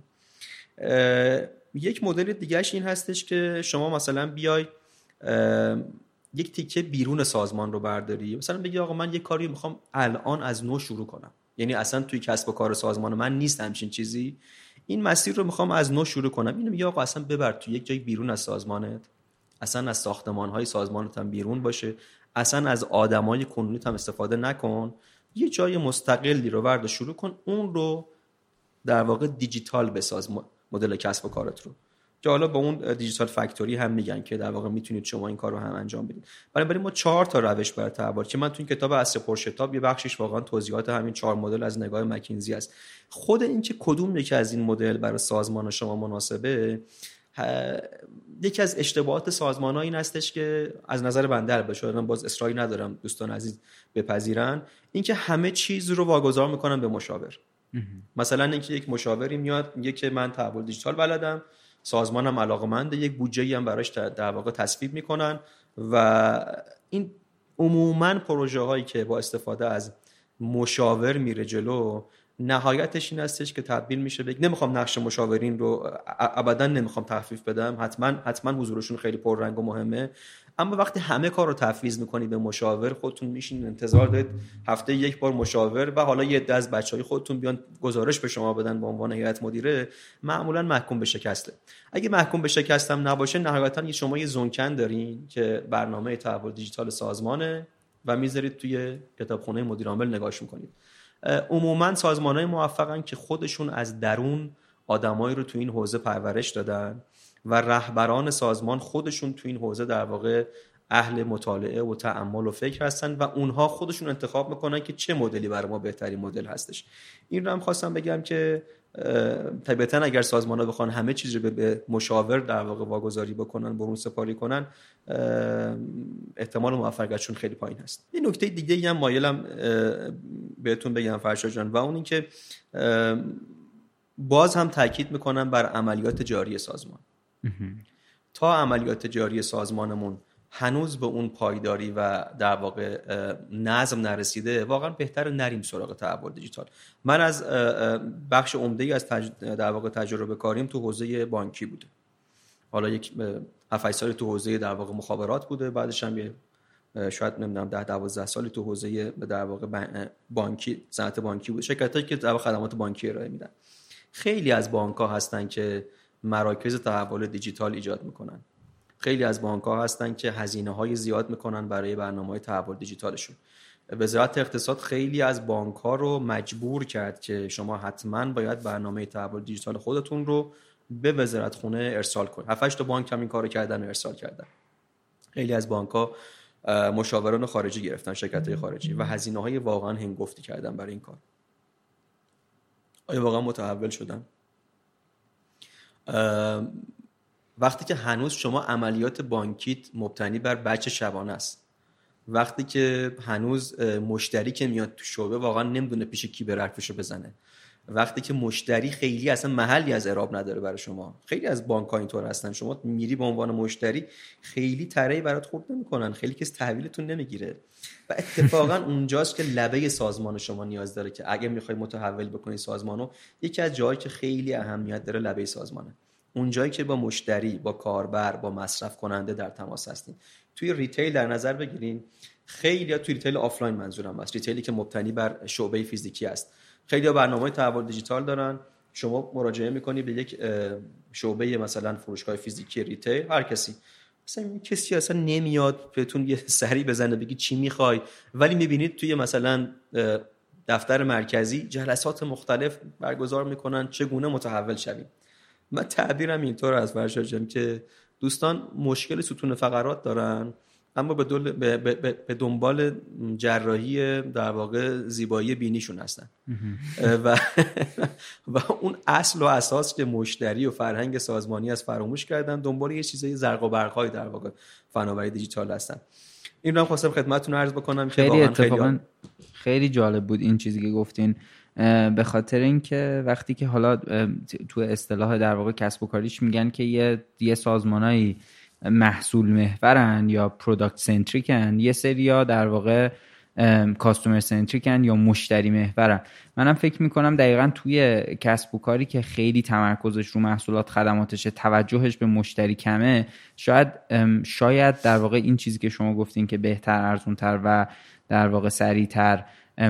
یک مدل دیگهش این هستش که شما مثلا بیای یک تیکه بیرون سازمان رو برداری، مثلا بگی آقا من یک کاری میخوام الان از نو شروع کنم، یعنی اصلا توی کسب و کار سازمان من نیست همچین چیزی، این مسیر رو میخوام از نو شروع کنم. اینو میگه آقا اصلا ببر تو یک جای بیرون از سازمانت، اصلا از ساختمان‌های سازمانت هم بیرون باشه، اصلا از آدمای کنونیت هم استفاده نکن، یه جای مستقلی رو ورد شروع کن، اون رو در واقع دیجیتال بساز مدل کسب و کارت رو، که حالا با اون دیجیتال فکتوری هم میگن که در واقع میتونید شما این کار رو هم انجام بدید. بنابراین ما چهار تا روش برای تحول که من تو این کتاب عصر پرشتاب یه بخشش واقعا توضیحات همین چهار مدل از نگاه مکینزی است. خود این که کدوم یکی از این مدل برای سازمان شما مناسبه، یکی از اشتباهات سازمان‌ها این هستش که از نظر بنده البته من باز اصراری ندارم دوستان عزیز بپذیرن، اینکه همه چیز رو واگذار میکنن به مشاور. مثلا اینکه یک مشاوری میاد میگه که من تحول دیجیتال بلدم، سازمانم علاقه‌منده، یک بودجه‌ای هم براش در واقع تصویب میکنن و این عموماً پروژه هایی که با استفاده از مشاور میره جلو نهایتش این هستش که تبدیل میشه به، نمیخوام نقش مشاورین رو ابدا نمیخوام تخفیف بدم، حتما حتما حضورشون خیلی پررنگ و مهمه، اما وقتی همه کار رو تفویض میکنید به مشاور، خودتون میشین انتظار دارید هفته یک بار مشاور و حالا یه عده از بچهای خودتون بیان گزارش به شما بدن به عنوان هیئت مدیره، معمولا محکوم به شکسته. اگه محکوم به شکستم نباشه، نهایتا شما یه زونکن دارین که برنامه تحول دیجیتال سازمانه و میذارید توی کتابخونه مدیر عامل نگاهش میکنید. عموما سازمان‌های موفقن که خودشون از درون آدمایی رو تو این حوزه پرورش دادن و رهبران سازمان خودشون تو این حوزه در واقع اهل مطالعه و تأمل و فکر هستن و اونها خودشون انتخاب میکنن که چه مدلی برای ما بهترین مدل هستش. این رو هم خواستم بگم که طبیعتاً اگر سازمان‌ها بخوان همه چیز رو به مشاور در واقع واگذاری بکنن، برون سپاری کنن، احتمال موفقیتشون خیلی پایین هست. یه نکته دیگه هم مایلم بهتون بگم فرشاد جان، و اون این که باز هم تاکید میکنم بر عملیات جاری سازمان. تا عملیات جاری سازمانمون هنوز به اون پایداری و در واقع نظم نرسیده، واقعا بهتر نریم سراغ تحول دیجیتال. من از بخش عمده‌ای از تج... در واقع تجربه کاریم تو حوزه بانکی بوده. حالا یک هفت سالی تو حوزه در واقع مخابرات بوده، بعدش هم یه شاید نمیدونم ده دوازده سالی تو حوزه در واقع بانکی، صنعت بانکی بوده، شرکتایی که در واقع خدمات بانکی ارائه میدن. خیلی از بانک‌ها هستن که مراکز تحول دیجیتال ایجاد میکنن. خیلی از بانک‌ها هستن که هزینه‌های زیاد میکنن برای برنامه‌های تحول دیجیتالشون. وزارت اقتصاد خیلی از بانک‌ها رو مجبور کرد که شما حتما باید برنامه تحول دیجیتال خودتون رو به وزارت خونه ارسال کنید. هفت هشت تا بانک هم این کارو کردن و ارسال کردن. خیلی از بانک‌ها مشاوران خارجی گرفتن، شرکت‌های خارجی، و هزینه‌های واقعا هنگفتی کردن برای این کار. آیا واقعا متحول شدن؟ وقتی که هنوز شما عملیات بانکیت مبتنی بر بچ شبانه است، وقتی که هنوز مشتری که میاد تو شعبه واقعا نمیدونه پیش کی بره حرفشو بزنه، وقتی که مشتری خیلی اصلا محلی از اعراب نداره برای شما. خیلی از بانک‌ها اینطور هستن، شما میری به عنوان مشتری خیلی طرحی برات خورد نمی‌کنن، خیلی کس تحویلتون نمیگیره و اتفاقا اونجاست که لبه سازمان شما نیاز داره که اگه می‌خوای متحول بکنی سازمانو، یکی از جاهایی که خیلی اهمیت داره لبه سازمانه. اون جایی که با مشتری، با کاربر، با مصرف کننده در تماس هستین. توی ریتیل در نظر بگیرین، خیلی توی ریتیل آفلاین منظورم است، ریتیلی که مبتنی بر شعبه فیزیکی است. خیلی ها برنامه تحول دیجیتال دارن، شما مراجعه میکنی به یک شعبه مثلا فروشگاه فیزیکی ریتیل، هر کسی مثلا کسی اصلا نمیاد بهتون یه سری بزنه بگی چی میخوای، ولی میبینید توی مثلا دفتر مرکزی جلسات مختلف برگزار میکنن چگونه متحول شویم. من تعبیرم اینطور از فرشاد جان که دوستان مشکل ستون فقرات دارن، اما به, دول به, به, به دنبال جراحی در واقع زیبایی بینیشون هستن و و اون اصل و اساس که مشتری و فرهنگ سازمانی از فراموش کردن، دنبال یه چیزای زرق و برق‌های در واقع فناوری دیجیتال هستن. این رو خواستم خدمتتون عرض بکنم که خیلی اتفاقا خیلی جالب بود این چیزی که گفتین، به خاطر اینکه وقتی که حالا تو اصطلاح در واقع کسب و کاریش میگن که یه یه سازمانایی محصول محورن یا پروداکت سنتریکن، یه سریا در واقع کاستومر سنتریکن یا مشتری محورن. منم فکر میکنم دقیقاً توی کسب و کاری که خیلی تمرکزش رو محصولات خدماتشه، توجهش به مشتری کمه، شاید شاید در واقع این چیزی که شما گفتین که بهتر، ارزونتر و در واقع سریعتر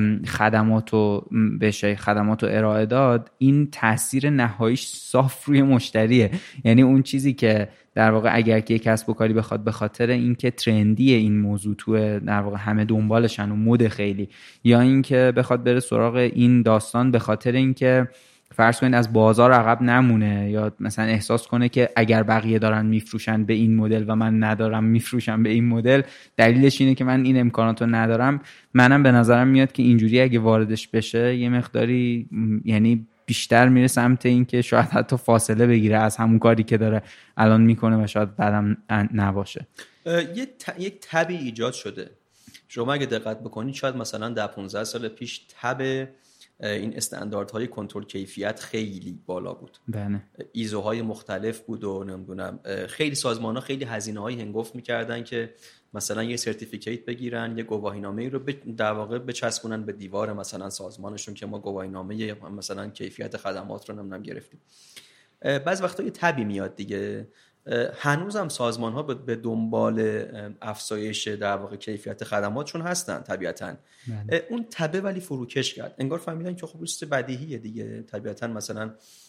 خدماتو بشه خدماتو ارائه داد، این تاثیر نهاییش صاف روی مشتریه. یعنی اون چیزی که در واقع اگر که کسب و کاری بخواد به خاطر اینکه ترندی این موضوع تو در واقع همه دنبالشن و مد خیلی، یا اینکه بخواد بره سراغ این داستان به خاطر اینکه فرض کنید از بازار عقب نمونه، یا مثلا احساس کنه که اگر بقیه دارن میفروشن به این مدل و من ندارم میفروشم به این مدل، دلیلش اینه که من این امکاناتو ندارم. منم به نظرم میاد که اینجوری اگه واردش بشه یه مقداری یعنی بیشتر میره سمت این که شاید حتی فاصله بگیره از همون کاری که داره الان میکنه و شاید بعدم نباشه. یه ت... یک تبی ایجاد شده. شما اگه دقت بکنید شاید مثلا ده پانزده سال پیش تب این استانداردهای کنترل کیفیت خیلی بالا بود. بله. ایزوهای مختلف بود و نمیدونم خیلی سازمان‌ها خیلی هزینه‌های هنگفت می‌کردن که مثلا یه سرتیفیکیت بگیرن، یه گواهینامه‌ای رو در واقع بچسبونن به دیوار مثلا سازمانشون که ما گواهینامه مثلا کیفیت خدمات رو نمیدونم گرفتیم. بعض وقتا یه تبی میاد دیگه. هنوزم سازمان‌ها به دنبال افزایش در واقع کیفیت خدماتشون هستن طبیعتاً. بله. اون تبه ولی فروکش کرد. انگار فهمیدن که خب چیز بدیهیه دیگه. طبیعتاً مثلا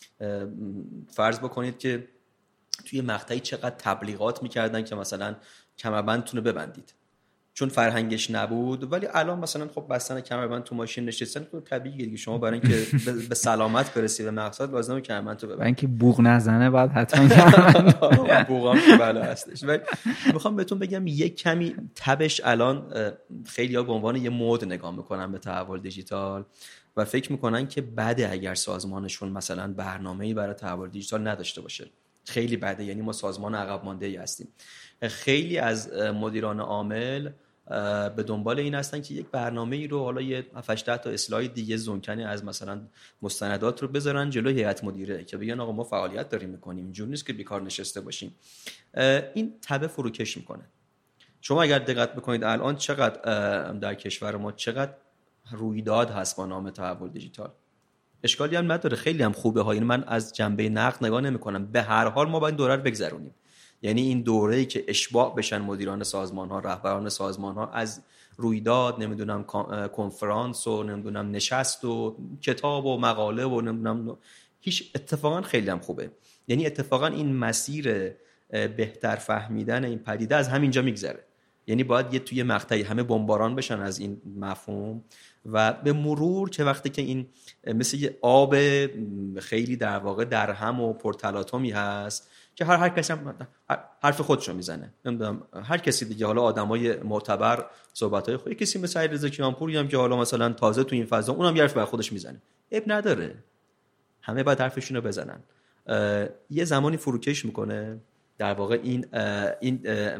فرض بکنید که توی مقطعی چقدر تبلیغات می‌کردن که مثلا کمربندتون رو ببندید، چون فرهنگش نبود. ولی الان مثلا خب بستن کمربند تو ماشین نشستن تو طبیعیه دیگه. شما برای اینکه به سلامت برسی به مقصد لازمه کمربندتو ببندید. اینکه بوق نزنه بعد حتما کمربند بوقام که بالا هستش. ولی میخوام بهتون بگم یک کمی تبش الان خیلی‌ها به عنوان یه مود نگاه میکنن به تحول دیجیتال و فکر میکنن که بده اگر سازمانشون مثلا برنامه‌ای برای تحول دیجیتال نداشته باشه. خیلی بده، یعنی ما سازمان عقب مانده‌ای هستیم. خیلی از مدیران عامل به دنبال این هستن که یک برنامه‌ای رو حالا یه هفت هشت تا اسلاید دیگه زنکنی از مثلا مستندات رو بذارن جلوی هیئت مدیره که بگن آقا ما فعالیت داریم میکنیم، اینجوری نیست که بیکار نشسته باشیم. این تبه فروکش میکنه. شما اگر دقت بکنید الان چقدر در کشور ما چقدر رویداد هست با نام تحول دیجیتال. اشکالی هم نداره، خیلی هم خوبه ها. این من از جنبه نقد نگاه نمی‌کنم. به هر حال ما باید دوره رو بگذرونیم. یعنی این دوره‌ای که اشباع بشن مدیران سازمان‌ها، رهبران سازمان‌ها از رویداد، نمیدونم کنفرانس و نمیدونم نشست و کتاب و مقاله و نمیدونم هیچ، اتفاقا خیلی هم خوبه. یعنی اتفاقا این مسیر بهتر فهمیدن این پدیده از همینجا میگذره. یعنی باید یه توی مقطعی همه بمباران بشن از این مفهوم و به مرور که وقتی که این مثل یه آب خیلی در واقع درهم و پرتلاطمی هست که هر هر کسی هم حرف خودشو میزنه، نمیدونم هر کسی دیگه، حالا آدمای معتبر صحبتای خود، کسی مثل علیرضا کیانپوری هم که حالا مثلا تازه تو این فضا اونم یه حرف بر خودش میزنه، عیب نداره، همه باید حرفشون رو بزنن. یه زمانی فروکش میکنه در واقع این این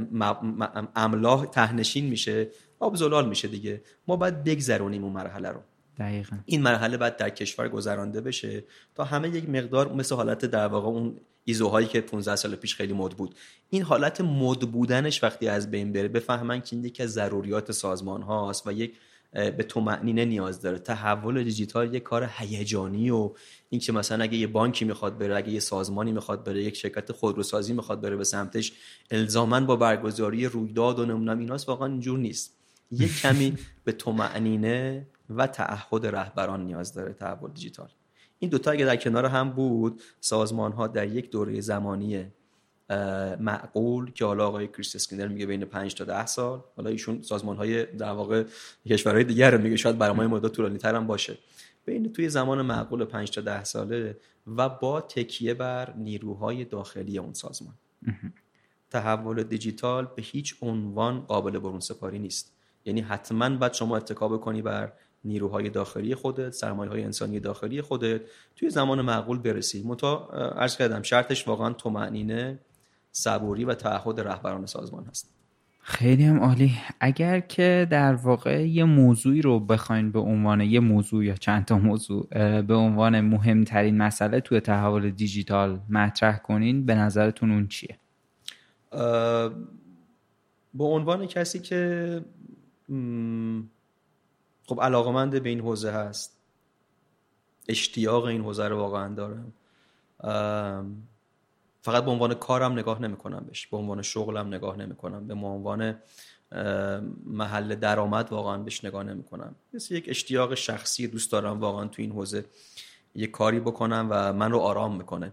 املاح تهنشین میشه، آب زلال میشه دیگه. ما باید بگذرونیم اون مرحله رو. دقیقاً این مرحله باید در کشور گذرانده بشه تا همه یک مقدار مثل حالت در واقع اون ایزوهایی که پانزده سال پیش خیلی مد بود، این حالت مد بودنش وقتی از بین بره، بفهمن که این یکی از ضروریات سازمان هاست و یک به طمأنینه نیاز داره. تحول دیجیتال یک کار هیجانی و این که مثلا اگه یه بانکی میخواد بره، اگه یه سازمانی میخواد بره، یک شرکت خودروسازی میخواد بره به سمتش، الزاماً با برگزاری رویداد و نمونم ایناست، واقعا اینجور نیست. یک کمی به طمأنینه و تعهد رهبران نیاز داره تحول دیجیتال. این دوتا اگه در کنار هم بود، سازمان ها در یک دوره زمانی معقول که حالا آقای کریس اسکینر میگه بین پنج تا ده سال، حالا ایشون سازمان های در واقع کشورهای دیگر رو میگه، شاید برای ما مدت طولانی تر هم باشه، بین توی زمان معقول پنج تا ده ساله و با تکیه بر نیروهای داخلی اون سازمان. تحول دیجیتال به هیچ عنوان قابل برون سپاری نیست. یعنی حتما باید شما اتکا بکنی بر نیروهای داخلی خودت، سرمایه‌های انسانی داخلی خودت، توی زمان معقول برسی. متا عرض کردم شرطش واقعا طمأنینه، صبوری و تعهد رهبران سازمان هست. خیلی هم عالی. اگر که در واقع یه موضوعی رو بخواین به عنوان یه موضوع یا چند تا موضوع به عنوان مهمترین مسئله توی تحول دیجیتال مطرح کنین، به نظرتون اون چیه؟ به عنوان کسی که خب علاقمند به این حوزه هست، اشتیاق این حوزه رو واقعا دارم، فقط به عنوان کارم نگاه نمی کنم بهش، به عنوان شغلم نگاه نمی کنم، به عنوان محل درآمد واقعا بهش نگاه نمی کنم. مثل یک اشتیاق شخصی، دوست دارم واقعا تو این حوزه یک کاری بکنم و من رو آرام میکنه.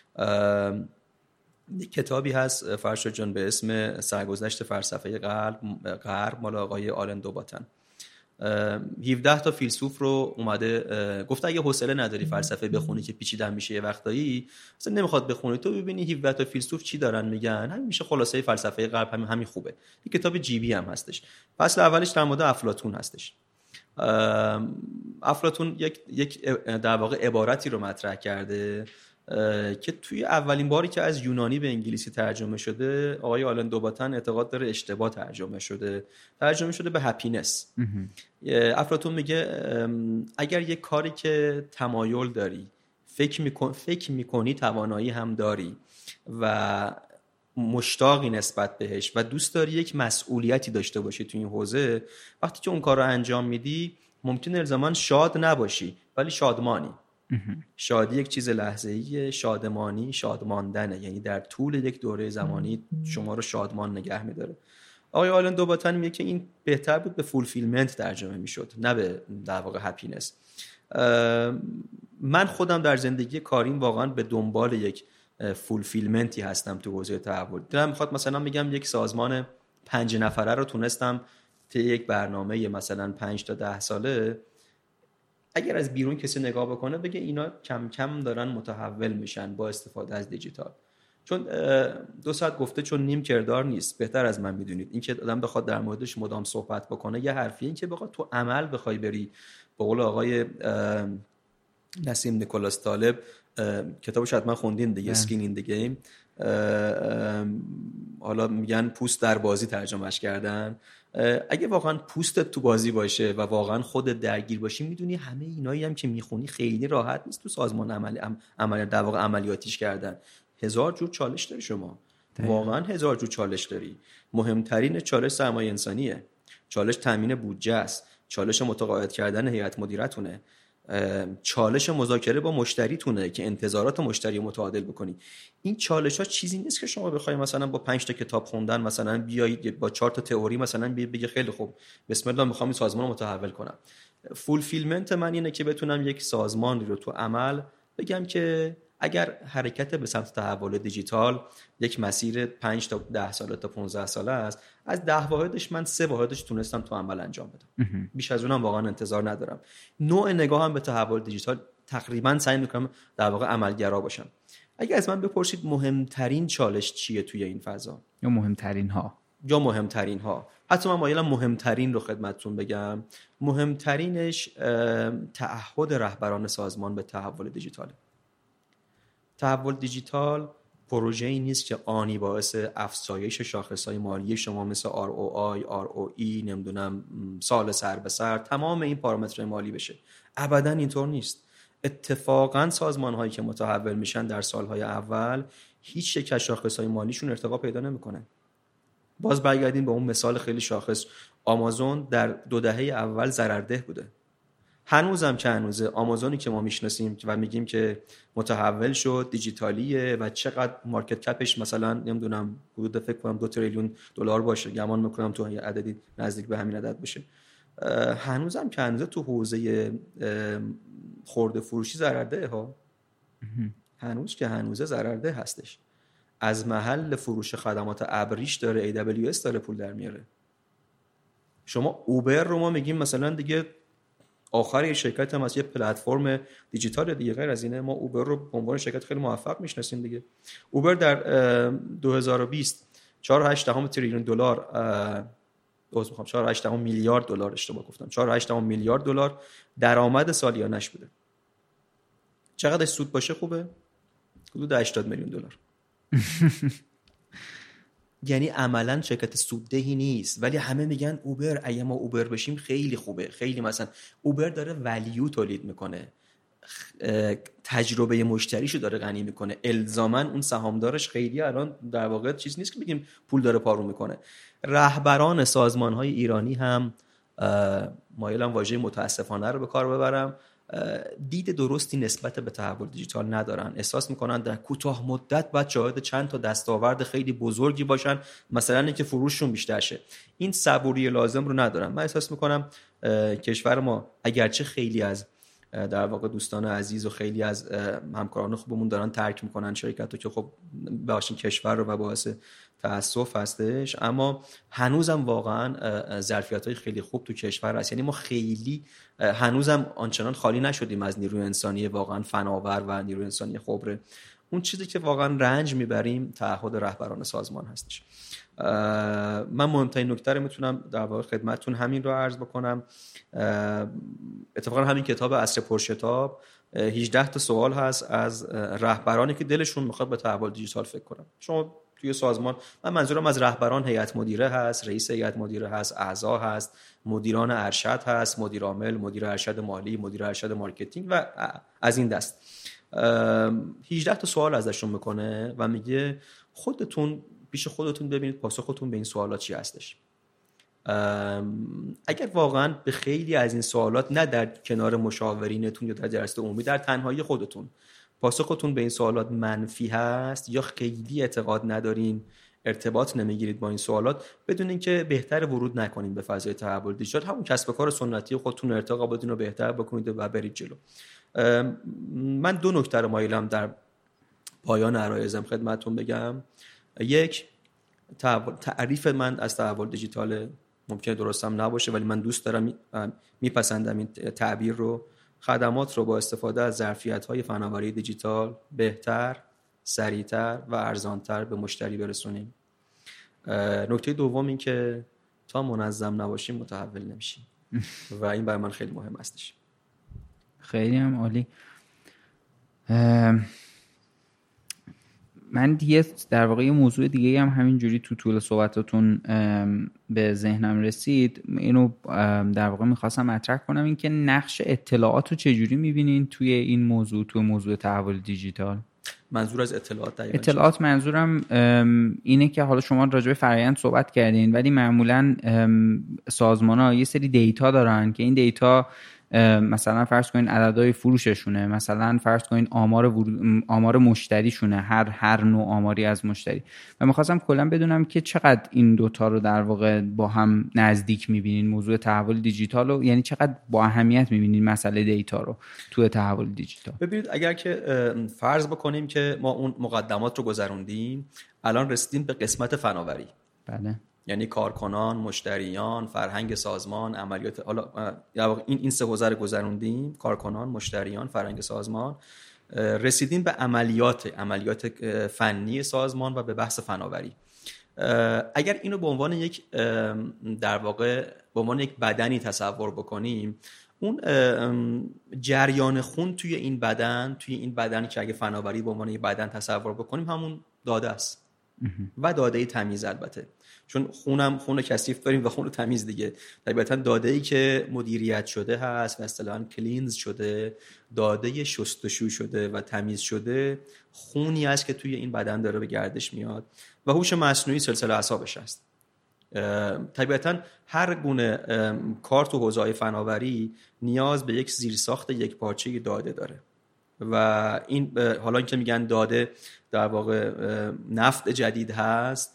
یک کتابی هست فرشاد جان به اسم سرگذشت فلسفه غرب غرب مال آقای آلن دوباتن. هفده تا فیلسوف رو اومده گفته اگه حوصله نداری فلسفه بخونی که پیچیده میشه یه وقتایی، اصلا نمیخواد بخونی، تو ببینی هفده تا فیلسوف چی دارن میگن، همین میشه خلاصه فلسفه غرب، همین همین خوبه. این کتاب جیبی هم هستش. فصل اولش در مورد افلاطون هستش. افلاطون یک یک در واقع عبارتی رو مطرح کرده که توی اولین باری که از یونانی به انگلیسی ترجمه شده، آقای آلن دوباتن اعتقاد داره اشتباه ترجمه شده، ترجمه شده به هپینس. افلاطون میگه اگر یک کاری که تمایل داری، فکر میکن فکر میکنی توانایی هم داری و مشتاقی نسبت بهش و دوست داری یک مسئولیتی داشته باشی تو این حوزه، وقتی که اون کار رو انجام میدی ممکنه الزاما شاد نباشی ولی شادمانی. شادی یک چیز لحظه‌ایه، شادمانی شادماندنه، یعنی در طول یک دوره زمانی شما رو شادمان نگه میداره. آقای آلن دوباتن میگه که این بهتر بود به فولفیلمنت ترجمه میشد، نه به در واقع هپینس. من خودم در زندگی کاریم واقعا به دنبال یک فولفیلمنتی هستم تو حوزه تحول. دلم میخواد مثلا میگم یک سازمان پنج نفره رو تونستم طی یک برنامه مثلا پنج تا ده ساله، اگر از بیرون کسی نگاه بکنه بگه اینا کم کم دارن متحول میشن با استفاده از دیجیتال. چون دو ساعت گفته چون نیم کردار نیست، بهتر از من میدونید. این که آدم بخواد در موردش مدام صحبت بکنه یه حرفیه، این که بخواد تو عمل بخوای بری، به قول آقای نسیم نیکولاس طالب، کتابش حتما خوندین دیگه، اسکین این دی گیم، حالا میگن پوست در بازی ترجمهش کردن. اگه واقعا پوستت تو بازی باشه و واقعا خودت درگیر باشی، میدونی همه اینایی هم که میخونی خیلی راحت نیست تو سازمان عملی عمل در واقع عملیاتیش کردن. هزار جور چالش داری شما، واقعا هزار جور چالش داری. مهمترین چالش سرمایه انسانیه، چالش تامین بودجه است، چالش متقاعد کردن هیئت مدیرتونه، چالش مذاکره با مشتریتونه که انتظارات مشتری متعادل بکنی. این چالش ها چیزی نیست که شما بخوای مثلا با پنج تا کتاب خوندن مثلا بیایید با چهار تا تئوری مثلا بگی خیلی خوب بسم الله میخوام این سازمان رو متحول کنم. فولفیلمنت من اینه که بتونم یک سازمانی رو تو عمل بگم که اگر حرکت به سمت تحول دیجیتال یک مسیر پنج تا ده ساله تا پانزده ساله است، از ده واحدش من سه واحدش تونستم تو عمل انجام بدم. بیش از اونم واقعا انتظار ندارم. نوع نگاهم به تحول دیجیتال تقریبا سعی میکنم در واقع عملگرا باشم. اگه از من بپرسید مهمترین چالش چیه توی این فضا، یا مهمترین ها یا مهمترین ها حتی من مایلم مهمترین رو خدمتتون بگم. مهمترینش تعهد رهبران سازمان به تحول دیجیتاله. تحول دیجیتال پروژه‌ای نیست که آنی باعث افزایش شاخص‌های مالی شما مثل آر او آی، آر او ای، نمیدونم سال سر به سر، تمام این پارامترهای مالی بشه. ابداً اینطور نیست. اتفاقاً سازمان‌هایی که متحول میشن در سال‌های اول هیچ یک از شاخص‌های مالیشون ارتقا پیدا نمی‌کنه. باز برگردیم به اون مثال خیلی شاخص، آمازون در دو دهه اول ضررده بوده. هنوزم که هنوزه آمازونی که ما میشناسیم و میگیم که متحول شد، دیجیتالیه و چقدر مارکت کپش مثلا نمیدونم حدود فکر کنم دو تریلیون دلار باشه، گمان میکنم تو عددی نزدیک به همین عدد باشه، هنوزم که هنوزه تو حوزه خرده فروشی ضررده ها، هنوز که هنوزه ضررده هستش. از محل فروش خدمات ابریش داره ای دبلیو اس داره پول در میاره. شما اوبر رو ما میگیم مثلا دیگه آخر یه شرکت هم از یه پلتفرم دیجیتال دیگه، غیر از اینه ما اوبر رو به عنوان شرکت خیلی موفق میشناسیم دیگه. اوبر در دو هزار و بیست چهار و هشت دهم تریلیون دلار، عذر میخوام چهار و هشت دهم میلیارد دلار، اشتباه گفتم، چهار و هشت دهم میلیارد دلار درآمد سالیانش بوده. چقدر سود باشه خوبه؟ حدود هشتاد میلیون دلار. یعنی عملاً شرکت سوددهی نیست، ولی همه میگن اوبر اگه ما اوبر بشیم خیلی خوبه، خیلی مثلا اوبر داره ولیو تولید میکنه، تجربه مشتریشو داره غنی میکنه، الزاماً اون سهامدارش خیلی الان در واقع چیز نیست که بگیم پول داره پارو میکنه. رهبران سازمان‌های ایرانی هم مایلم واژه متاسفانه رو به کار ببرم، دید درستی نسبت به تحول دیجیتال ندارن. احساس میکنن در کوتاه مدت باید شاهد چند تا دستاورد خیلی بزرگی باشن، مثلا اینکه فروششون بیشتر شه. این صبوری لازم رو ندارن. من احساس میکنم کشور ما اگرچه خیلی از در واقع دوستان عزیز و خیلی از همکاران خوبمون دارن ترک میکنن شرکتو که خب باشین کشور رو و باعث تأسف هستش، اما هنوزم واقعا ظرفیت‌های خیلی خوب تو کشور هست. یعنی ما خیلی هنوزم آنچنان خالی نشدیم از نیروی انسانی واقعا فناور و نیروی انسانی خبره. اون چیزی که واقعا رنج میبریم تعهد رهبران سازمان هستش. من مهمترین نکته رو میتونم در واقع خدمتتون همین رو عرض بکنم. اتفاقا همین کتاب عصر پرشتاب هجده تا سوال هست از رهبرانی که دلشون میخواد به تحول دیجیتال فکر کنن. شما توی سازمان، من منظورم از رهبران هیئت مدیره هست، رئیس هیئت مدیره هست، اعضا هست، مدیران ارشد هست، مدیر عامل، مدیر ارشد مالی، مدیر ارشد مارکتینگ و از این دست. هجده تا سوال ازشون میکنه و میگه خودتون پیش خودتون ببینید پاسختون به این سوالات چی هستش. اگر واقعا به خیلی از این سوالات، نه در کنار مشاورینتون یا در جلسه عمومی، در تنهایی خودتون پاسختون به این سوالات منفی هست یا خیلی اعتقاد ندارین، ارتباط نمیگیرید با این سوالات، بدونین که بهتر ورود نکنین به فضای تحول دیجیتال. همون کسب و کار سنتی خودتون ارتقا بدین و بهتر بکنید و برید جلو. من دو نکته رو مایلم در پایان عرایزم خدمتتون بگم. یک، تعریف من از تحول دیجیتال ممکنه درستم نباشه، ولی من دوست دارم، میپسندم این تعبیر رو. خدمات رو با استفاده از ظرفیت‌های فناوری دیجیتال بهتر، سریعتر و ارزانتر به مشتری برسونیم. نکته دوم این که تا منظم نباشیم متحول نمیشیم و این برای من خیلی مهم هستش. خیلی هم عالی. من دیگه در واقع یه موضوع دیگه هم همینجوری تو طول صحبتاتون به ذهنم رسید، اینو در واقع میخواستم مطرح کنم، این که نقش اطلاعات رو چجوری میبینین توی این موضوع، توی موضوع تحول دیجیتال؟ منظور از اطلاعات دقیقاً اطلاعات منظورم اینه که حالا شما راجع به فرآیند صحبت کردین، ولی معمولاً سازمان‌ها یه سری دیتا دارن که این دیتا مثلا فرض کنین عددهای فروششونه، مثلا فرض کنین آمار ورو... آمار مشتریشونه، هر هر نوع آماری از مشتری. و می‌خواستم کلا بدونم که چقدر این دوتا رو در واقع با هم نزدیک می‌بینین، موضوع تحول دیجیتال رو، یعنی چقدر با اهمیت می‌بینین مسئله دیتا رو تو تحول دیجیتال؟ ببینید، اگر که فرض بکنیم که ما اون مقدمات رو گذروندیم، الان رسیدیم به قسمت فناوری. بله. یعنی کارکنان، مشتریان، فرهنگ سازمان، عملیات، حالا این این سه حوزه رو گذروندیم، کارکنان، مشتریان، فرهنگ سازمان، رسیدیم به عملیات عملیات فنی سازمان و به بحث فناوری. اگر اینو به عنوان یک در واقع به عنوان یک بدنی تصور بکنیم، اون جریان خون توی این بدن، توی این بدنی که اگه فناوری به عنوان یک بدن تصور بکنیم، همون داده است و داده تمیز. البته چون خونم خون کثیف داریم و خون تمیز دیگه، طبیعتا داده‌ای که مدیریت شده هست و اصطلاحاً کلینز شده، داده شستشو شده و تمیز شده، خونی است که توی این بدن داره به گردش میاد و هوش مصنوعی سلسله اعصابش است. طبیعتا هر گونه کار تو حوزه‌های فناوری نیاز به یک زیرساخت یک پارچه داده داره و این حالا اینکه میگن داده در واقع نفت جدید هست،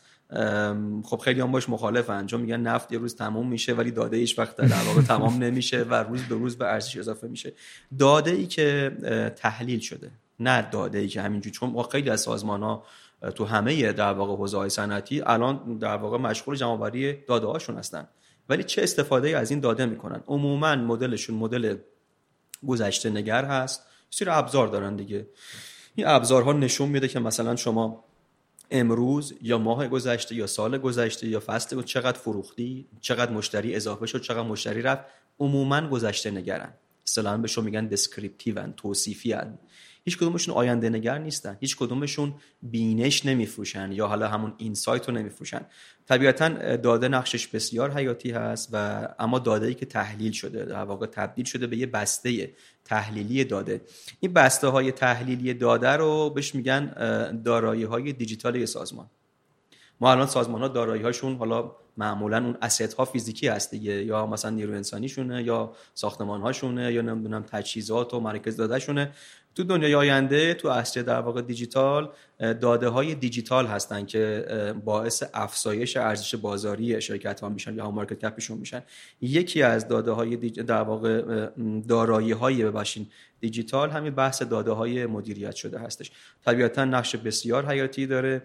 خب خیلی هم باش مخالفن، چون میگن نفت یه روز تمام میشه ولی داده هیچ وقت در واقع تمام نمیشه و روز به روز به ارزش اضافه میشه. داده ای که تحلیل شده، نه داده ای که همینجوری، چون خیلی از سازمان‌ها تو همه در واقع حوزه‌های صنعتی الان در واقع مشغول جمع‌آوری داده هاشون هستن، ولی چه استفاده از این داده میکنن؟ عموما مدلشون مدل گذشته نگر هست، سری ابزار دارن دیگه. این ابزارها نشون میده که مثلا شما امروز یا ماه گذشته یا سال گذشته یا فصل چقدر فروختی، چقدر مشتری اضافه شد، چقدر مشتری رفت. عموما گذشته نگرن، اصطلاحاً بهشون میگن دسکریپتیون، توصیفی ان. هیچ کدومشون آینده نگر نیستن، هیچ کدومشون بینش نمیفروشن یا حالا همون اینسایت رو نمیفروشن. طبیعتاً داده نقشش بسیار حیاتی هست و اما داده‌ای که تحلیل شده در واقع تبدیل شده به یه بسته تحلیلی داده. این بسته های تحلیلی داده رو بهش میگن دارایی های دیجیتال سازمان. ما الان سازمان ها دارایی هاشون حالا معمولا اون اسید ها فیزیکی هست دیگه، یا مثلا نیرو انسانی شونه یا ساختمان هاشونه یا نمیدونم تجهیزات و مراکز داده شونه. تو دنیای آینده، تو عصر در واقع دیجیتال، داده های دیجیتال هستن که باعث افزایش ارزش بازاری شرکت ها میشن یا هم مارکت کپشون میشن. یکی از داده های در واقع دارایی های ببخشید دیجیتال همین بحث داده های مدیریت شده هستش. طبیعتا نقش بسیار حیاتی داره،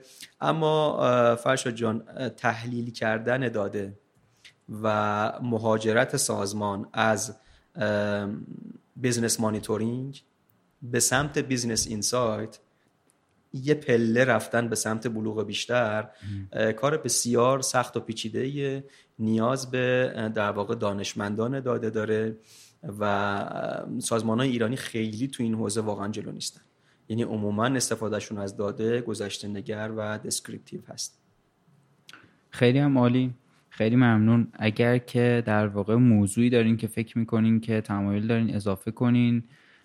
اما فرشاد جان، تحلیل کردن داده و مهاجرت سازمان از بیزنس مانیتورینگ به سمت بیزنس اینسایت یه پله رفتن به سمت بلوغ بیشتر کار بسیار سخت و پیچیده‌ایه، نیاز به در واقع دانشمندان داده داره و سازمان‌های ایرانی خیلی تو این حوزه واقعا جلو نیستن. یعنی عموما استفادهشون از داده گذشته نگر و دسکریپتیو هست. خیلی هم عالی، خیلی ممنون. اگر که در واقع موضوعی دارین که فکر میکنین که تمایل دارین اضافه کنین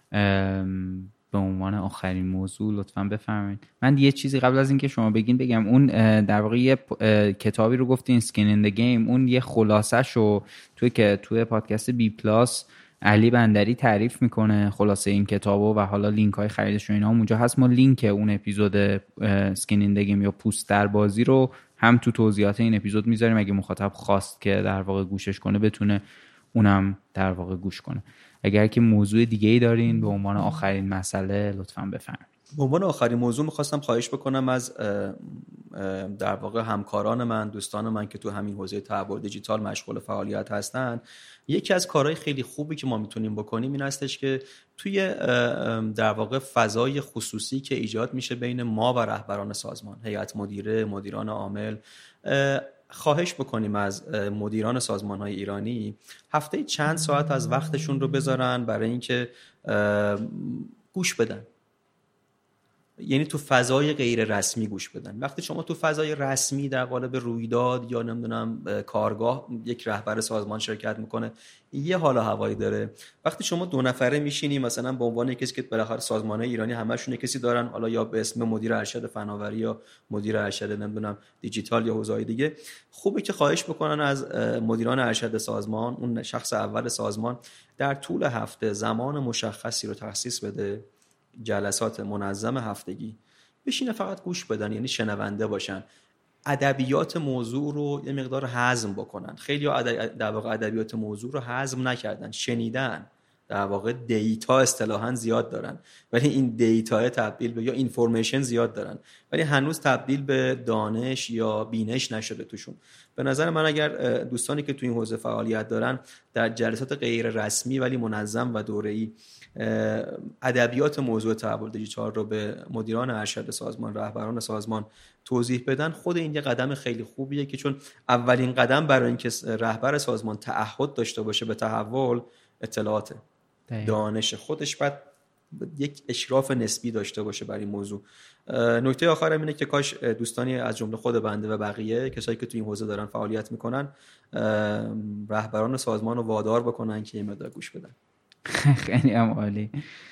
به عنوان آخرین موضوع لطفاً بفرمایید. من یه چیزی قبل از اینکه شما بگین بگم، اون در واقع یه کتابی رو گفتین سکین این دی گیم، اون یه خلاصه‌شو توی که توی پادکست بی پلاس علی بندری تعریف میکنه خلاصه این کتابو و حالا لینک های خریدش و اینا اونجا هست. ما لینک اون اپیزود سکین این دی گیم یا پوست در بازی رو هم تو توضیحات این اپیزود میذاریم اگه مخاطب خواست که در واقع گوشش کنه بتونه اونم در واقع گوش کنه. اگر که موضوع دیگه ای دارین به عنوان آخرین مسئله لطفاً بفرمایید. به عنوان آخرین موضوع میخواستم خواهش بکنم از در واقع همکاران من، دوستان من که تو همین حوزه تحول دیجیتال مشغول فعالیت هستن، یکی از کارهای خیلی خوبی که ما میتونیم بکنیم این هستش که توی در واقع فضای خصوصی که ایجاد میشه بین ما و رهبران سازمان، هیئت مدیره، مدیران عامل، خواهش بکنیم از مدیران سازمان‌های ایرانی هفته چند ساعت از وقتشون رو بذارن برای اینکه گوش بدن. یعنی تو فضای غیر رسمی گوش بدن. وقتی شما تو فضای رسمی در قالب رویداد یا نمیدونم کارگاه یک رهبر سازمان شرکت میکنه یه حال و هوایی داره. وقتی شما دو نفره میشینی مثلا به عنوان کسی که بالاخره سازمان‌های ایرانی همشون کسی دارن، حالا یا به اسم مدیر ارشد فناوری یا مدیر ارشد نمیدونم دیجیتال یا حوزه‌های دیگه، خوبه که خواهش بکنن از مدیران ارشد سازمان، اون شخص اول سازمان، در طول هفته زمان مشخصی رو تخصیص بده، جلسات منظم هفتگی، بشینه فقط گوش بدن، یعنی شنونده باشن، ادبیات موضوع رو یه مقدار هضم بکنن. خیلی در واقع ادبیات موضوع رو هضم نکردن، شنیدن، در واقع دیتا اصطلاحاً زیاد دارن ولی این دیتا تبدیل به یا اینفورمیشن زیاد دارن ولی هنوز تبدیل به دانش یا بینش نشده توشون. به نظر من اگر دوستانی که تو این حوزه فعالیت دارن در جلسات غیر رسمی ولی منظم و دوره‌ای ادبیات موضوع تحول دیجیتال رو به مدیران ارشد سازمان، رهبران سازمان توضیح بدن، خود این یه قدم خیلی خوبیه که چون اولین قدم برای اینکه رهبر سازمان تعهد داشته باشه به تحول اطلاعات دانش خودش باید یک اشراف نسبی داشته باشه برای این موضوع. نکته آخرم اینه که کاش دوستانی از جمله خود بنده و بقیه کسایی که تو این حوزه دارن فعالیت میکنن رهبران سازمان رو وادار بکنن که یه مقدار گوش بدن. خیلی هم عالی،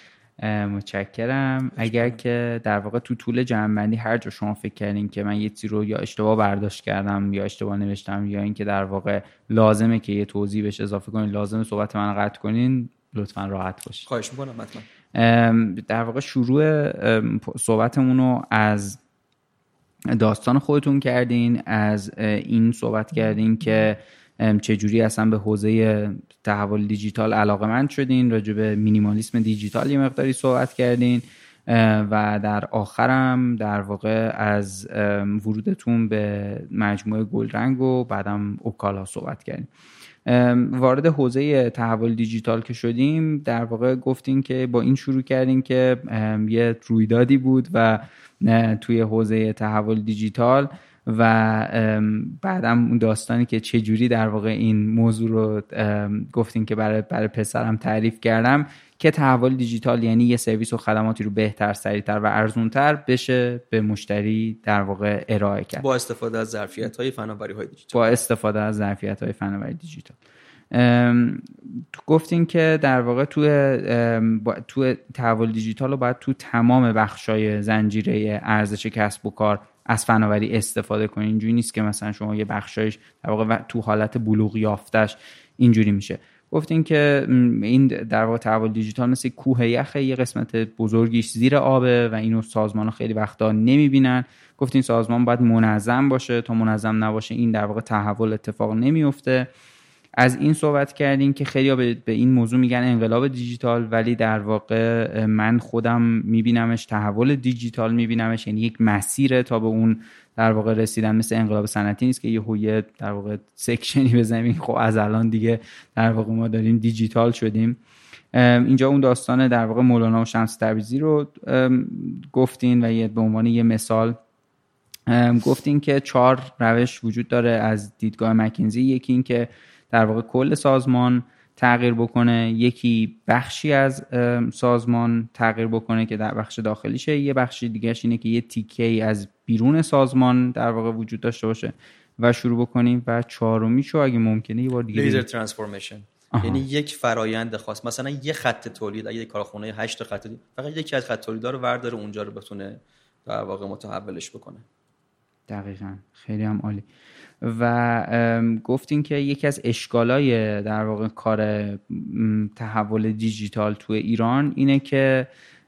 متشکرم. اگر که در واقع تو طول جمع‌بندی هر جا شما فکر کردین که من یه چیزی رو یا اشتباه برداشت کردم یا اشتباه نوشتم یا اینکه در واقع لازمه که یه توضیح بهش اضافه کنین، لازمه صحبت من رو قطع کنین، لطفاً راحت باشید. خواهش می‌کنم. حتما. در واقع شروع صحبتمون رو از داستان خودتون کردین، از این صحبت کردین که چجوری اصلا به حوزه تحول دیجیتال علاقه‌مند شدین، راجع به مینیمالیسم دیجیتال یه مقداری صحبت کردین و در آخرم در واقع از ورودتون به مجموعه گلرنگ و بعدم اوکالا صحبت کردین. وارد حوزه تحول دیجیتال که شدیم در واقع گفتین که با این شروع کردین که یه رویدادی بود و توی حوزه تحول دیجیتال و بعدم اون داستانی که چه جوری در واقع این موضوع رو گفتین که برای برای پسرم تعریف کردم که تحول دیجیتال یعنی یه سرویس و خدماتی رو بهتر، سریعتر و ارزونتر بشه به مشتری در واقع ارائه کرد با استفاده از ظرفیت‌های فناوری‌های دیجیتال. با استفاده از ظرفیت‌های فناوری دیجیتال. تو گفتین که در واقع تو تو تحول دیجیتال رو باید تو تمام بخشای زنجیره ارزش کسب و کار از فناوری استفاده کنین. اینجوری نیست که مثلا شما یه بخشایش در واقع تو حالت بلوغ یافتش اینجوری میشه. گفتین که این در واقع تحول دیجیتال مثل کوه یخه، یه قسمت بزرگیش زیر آبه و اینو سازمان‌ها خیلی وقتا نمیبینن. گفتین سازمان باید منظم باشه، تا منظم نباشه این در واقع تحول اتفاق نمیفته. از این صحبت کردین که خیلی‌ها به این موضوع میگن انقلاب دیجیتال، ولی در واقع من خودم میبینمش تحول دیجیتال میبینمش، یعنی یک مسیره تا به اون در واقع رسیدن. مثل انقلاب صنعتی نیست که یه هویه در واقع سکشنی بزنیم خب از الان دیگه در واقع ما داریم دیجیتال شدیم. اینجا اون داستان در واقع مولانا و شمس تبریزی رو گفتین و یه به عنوان یه مثال گفتین که چهار روش وجود داره از دیدگاه مکینزی. یکی این که در واقع کل سازمان تغییر بکنه، یکی بخشی از سازمان تغییر بکنه که در بخش داخلیشه، یه بخشی دیگهش اینه که یه تیکه‌ای از بیرون سازمان در واقع وجود داشته باشه و شروع بکنیم. و چهارمیشو اگه ممکنه یه بار دیگه لیزر ترانسفورمیشن، یعنی یک فرایند خاص، مثلا یه خط تولید، اگه کارخونه هشت خط تولید، فقط یکی از خط تولیدها رو ورداره اونجا رو بتونه در واقع متحولش بکنه. دقیقاً، خیلی هم عالی. و گفتین که یکی از اشکالای در واقع کار تحول دیجیتال تو ایران اینه که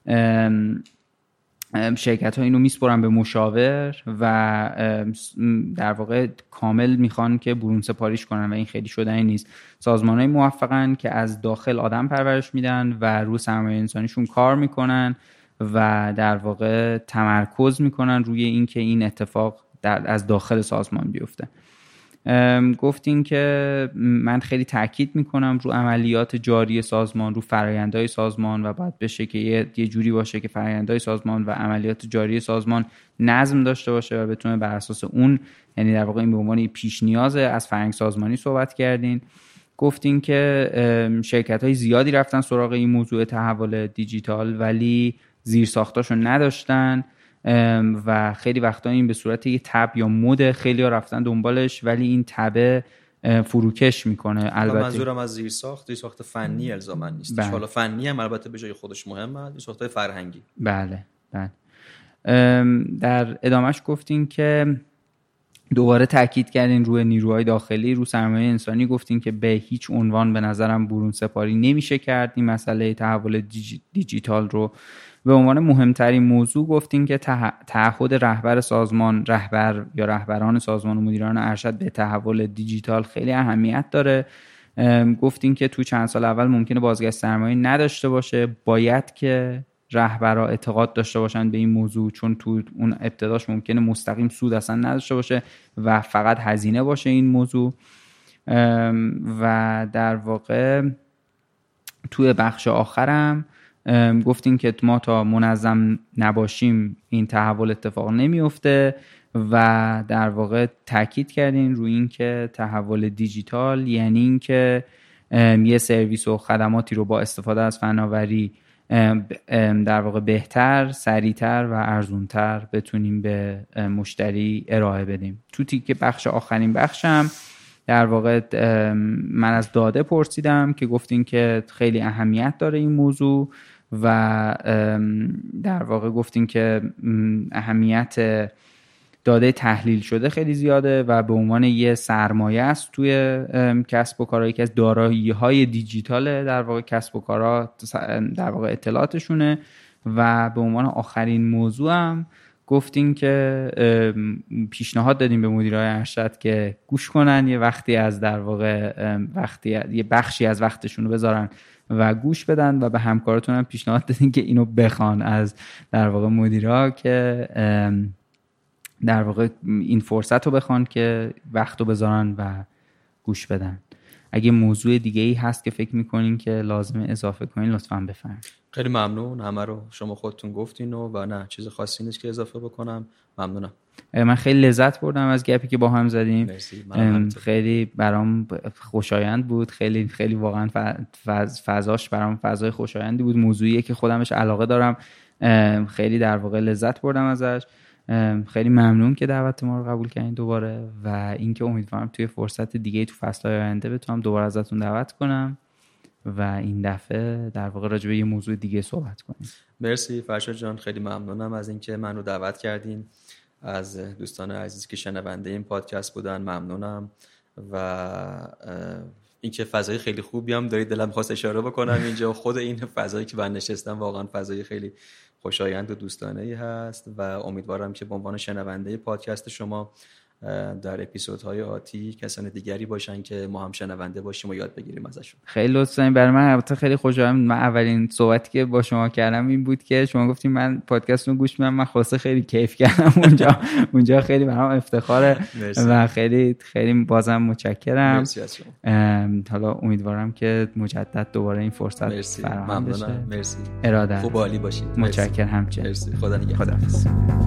شرکت ها اینو میسپرن به مشاور و در واقع کامل میخوان که برون سپاریش کنن و این خیلی شدنی نیست. سازمان های موفقن که از داخل آدم پرورش میدن و رو سرمایه انسانیشون کار میکنن و در واقع تمرکز میکنن روی این که این اتفاق در از داخل سازمان بیفته. گفتین که من خیلی تاکید میکنم رو عملیات جاری سازمان، رو فرآیندهای سازمان و باید بشه که یه, یه جوری باشه که فرآیندهای سازمان و عملیات جاری سازمان نظم داشته باشه و بتونه بر اساس اون، یعنی در واقع این به عنوان پیش نیاز از فرهنگ سازمانی صحبت کردین. گفتین که شرکت‌های زیادی رفتن سراغ این موضوع تحول دیجیتال ولی زیرساختاشو نداشتن و خیلی وقتا این به صورت یه تب یا مد خیلی ها رفتن دنبالش ولی این تبه فروکش میکنه. البته منظورم از زیرساخت زیرساخت فنی الزاما نیست، حالا فنی هم البته به جای خودش مهمه، زیرساخت‌های فرهنگی. بله بله. در ادامهش گفتین که دوباره تاکید کردین روی نیروهای داخلی، رو سرمایه انسانی. گفتین که به هیچ عنوان به نظرم برون سپاری نمیشه کرد این مسئله تحول دیجیتال رو. به عنوان مهمترین موضوع گفتین که تعهد رهبر سازمان، رهبر یا رهبران سازمان و مدیران ارشد به تحول دیجیتال خیلی اهمیت داره. گفتین که تو چند سال اول ممکنه بازگشت سرمایه نداشته باشه، باید که رهبرها اعتقاد داشته باشن به این موضوع، چون تو اون ابتداش ممکنه مستقیم سود اصلا نداشته باشه و فقط هزینه باشه این موضوع. و در واقع توی بخش آخرم گفتین که ما تا منظم نباشیم این تحول اتفاق نمیفته و در واقع تاکید کردین روی این که تحول دیجیتال یعنی این که یه سرویس و خدماتی رو با استفاده از فناوری در واقع بهتر، سریعتر و ارزونتر بتونیم به مشتری ارائه بدیم. تو تیکه بخش آخرین بخشم در واقع من از داده پرسیدم که گفتین که خیلی اهمیت داره این موضوع و در واقع گفتین که اهمیت داده تحلیل شده خیلی زیاده و به عنوان یه سرمایه است توی کسب و کارهایی که از دارایی‌های دیجیتال در واقع کسب و کارها در واقع اطلاعاتشونه. و به عنوان آخرین موضوع هم گفتین که پیشنهاد دادیم به مدیرای ارشد که گوش کنن، یه وقتی از در واقع وقتی یه بخشی از وقتشون رو بذارن و گوش بدن و به همکارتون هم پیشنهاد دادین که اینو بخوان از در واقع مدیرا که در واقع این فرصت رو بخوان که وقت رو بذارن و گوش بدن. اگه موضوع دیگه ای هست که فکر میکنین که لازمه اضافه کنین لطفاً بفرمایید. خیلی ممنون، همه رو شما خودتون گفتین و, و نه چیز خاصی نیست که اضافه بکنم. ممنونم. من خیلی لذت بردم از گپی که با هم زدیم. مرسی. خیلی برام خوشایند بود، خیلی خیلی واقعا فض... فضاش برام فضای خوشایندی بود. موضوعیه که خودمش علاقه دارم، خیلی در واقع لذت بردم ازش. خیلی ممنون که دعوت ما رو قبول کردین دوباره و اینکه امیدوارم توی فرصت دیگه تو فصل‌های آینده بتونم دوباره ازتون دعوت کنم و این دفعه در واقع راجع به یه موضوع دیگه صحبت کنیم. مرسی فرشاد جان، خیلی ممنونم از اینکه منو دعوت کردین. از دوستان عزیزی که شنونده این پادکست بودن ممنونم و اینکه فضای خیلی خوبی هم دارید. دلم خواست اشاره بکنم اینجا خود این فضایی که من نشستم واقعا فضای خیلی خوشایند و دوستانه‌ای هست و امیدوارم که به عنوان شنونده پادکست شما در اپیزودهای آتی کسان دیگری باشن که ما هم شنونده باشیم و یاد بگیریم ازشون. خیلی لطف دارین. برای من البته خیلی خوشحالم. من اولین صحبتی که با شما کردم این بود که شما گفتین من پادکست رو گوش میدم، من خلاصه خیلی کیف کردم اونجا. اونجا خیلی برام افتخاره و خیلی خیلی بازم متشکرم. مرسی از شما. حالا امیدوارم که مجدد دوباره این فرصت فراهم بشه. مرسی. ارادت. خوب عالی باشید. متشکرم همچنین. مرسی. خدا نگهدار. خداحافظ.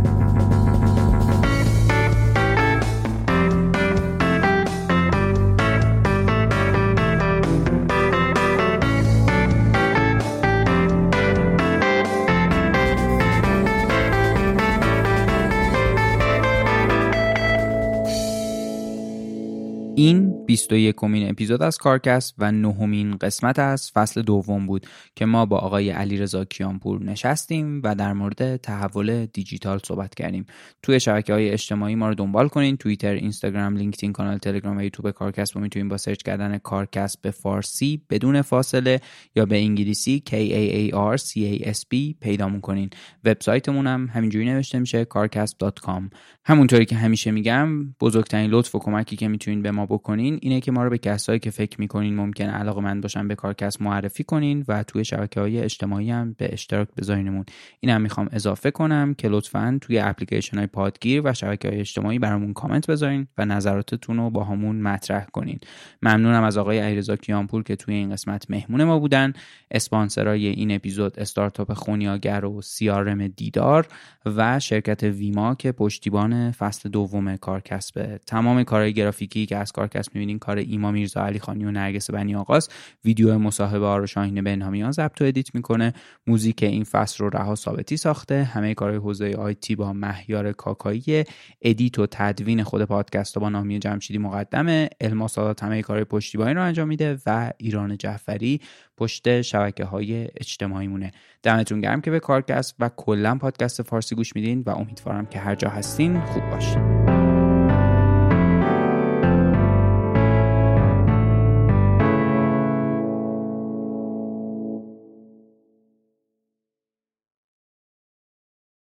این بیست و یکمین اپیزود از کارکست و نهمین قسمت از فصل دوم بود که ما با آقای علیرضا کیانپور نشستیم و در مورد تحول دیجیتال صحبت کردیم. توی شبکه‌های اجتماعی ما رو دنبال کنین، توییتر، اینستاگرام، لینکدین، کانال تلگرام و یوتیوب کارکست رو میتونین با سرچ کردن کارکست به فارسی بدون فاصله یا به انگلیسی K A A R C A S B پیدامون کنین. وبسایتمون هم همینجوری نوشته میشه کارکست دات کام. همونطوری که همیشه میگم بزرگترین لطف و کمکی که میتونین به ما بکنین اینه که ما رو به کسایی که فکر میکنین ممکنه علاقه‌مند باشن به کارکست معرفی کنین و توی شبکه‌های اجتماعی هم به اشتراک بذارینمون. اینم میخوام اضافه کنم که لطفاً توی اپلیکیشن‌های پادگیر و شبکه‌های اجتماعی برامون کامنت بذارین و نظراتتون رو با همون مطرح کنین. ممنونم از آقای علیرضا کیانپور که توی این قسمت مهمون ما بودن. اسپانسرای این اپیزود استارتاپ خونیاگر و سی آر ام دیدار و شرکت ویما که پشتیبان فصل دوم کارکسب. تمام کارهای گرافیکی که از کارکسب می‌بینین کار ایما میرزا علی خانی و نرگس بنی آقاست. ویدیو مصاحبه ها رو شاهین بنهامیان ضبط و ادیت میکنه. موزیک این فصل رو رها ثابتی ساخته. همه کارهای حوزه آیتی با مهیار کاکایی. ادیت و تدوین خود پادکست با نامی جمشیدی مقدمه. الما سادات همه کارهای پشتیبانی رو انجام میده و ایران جعفری پشت شبکه‌های اجتماعی مونه. دمتون گرم که به کارکست و کلا پادکست فارسی گوش میدین و امیدوارم که هر جا هستین خوب باشین.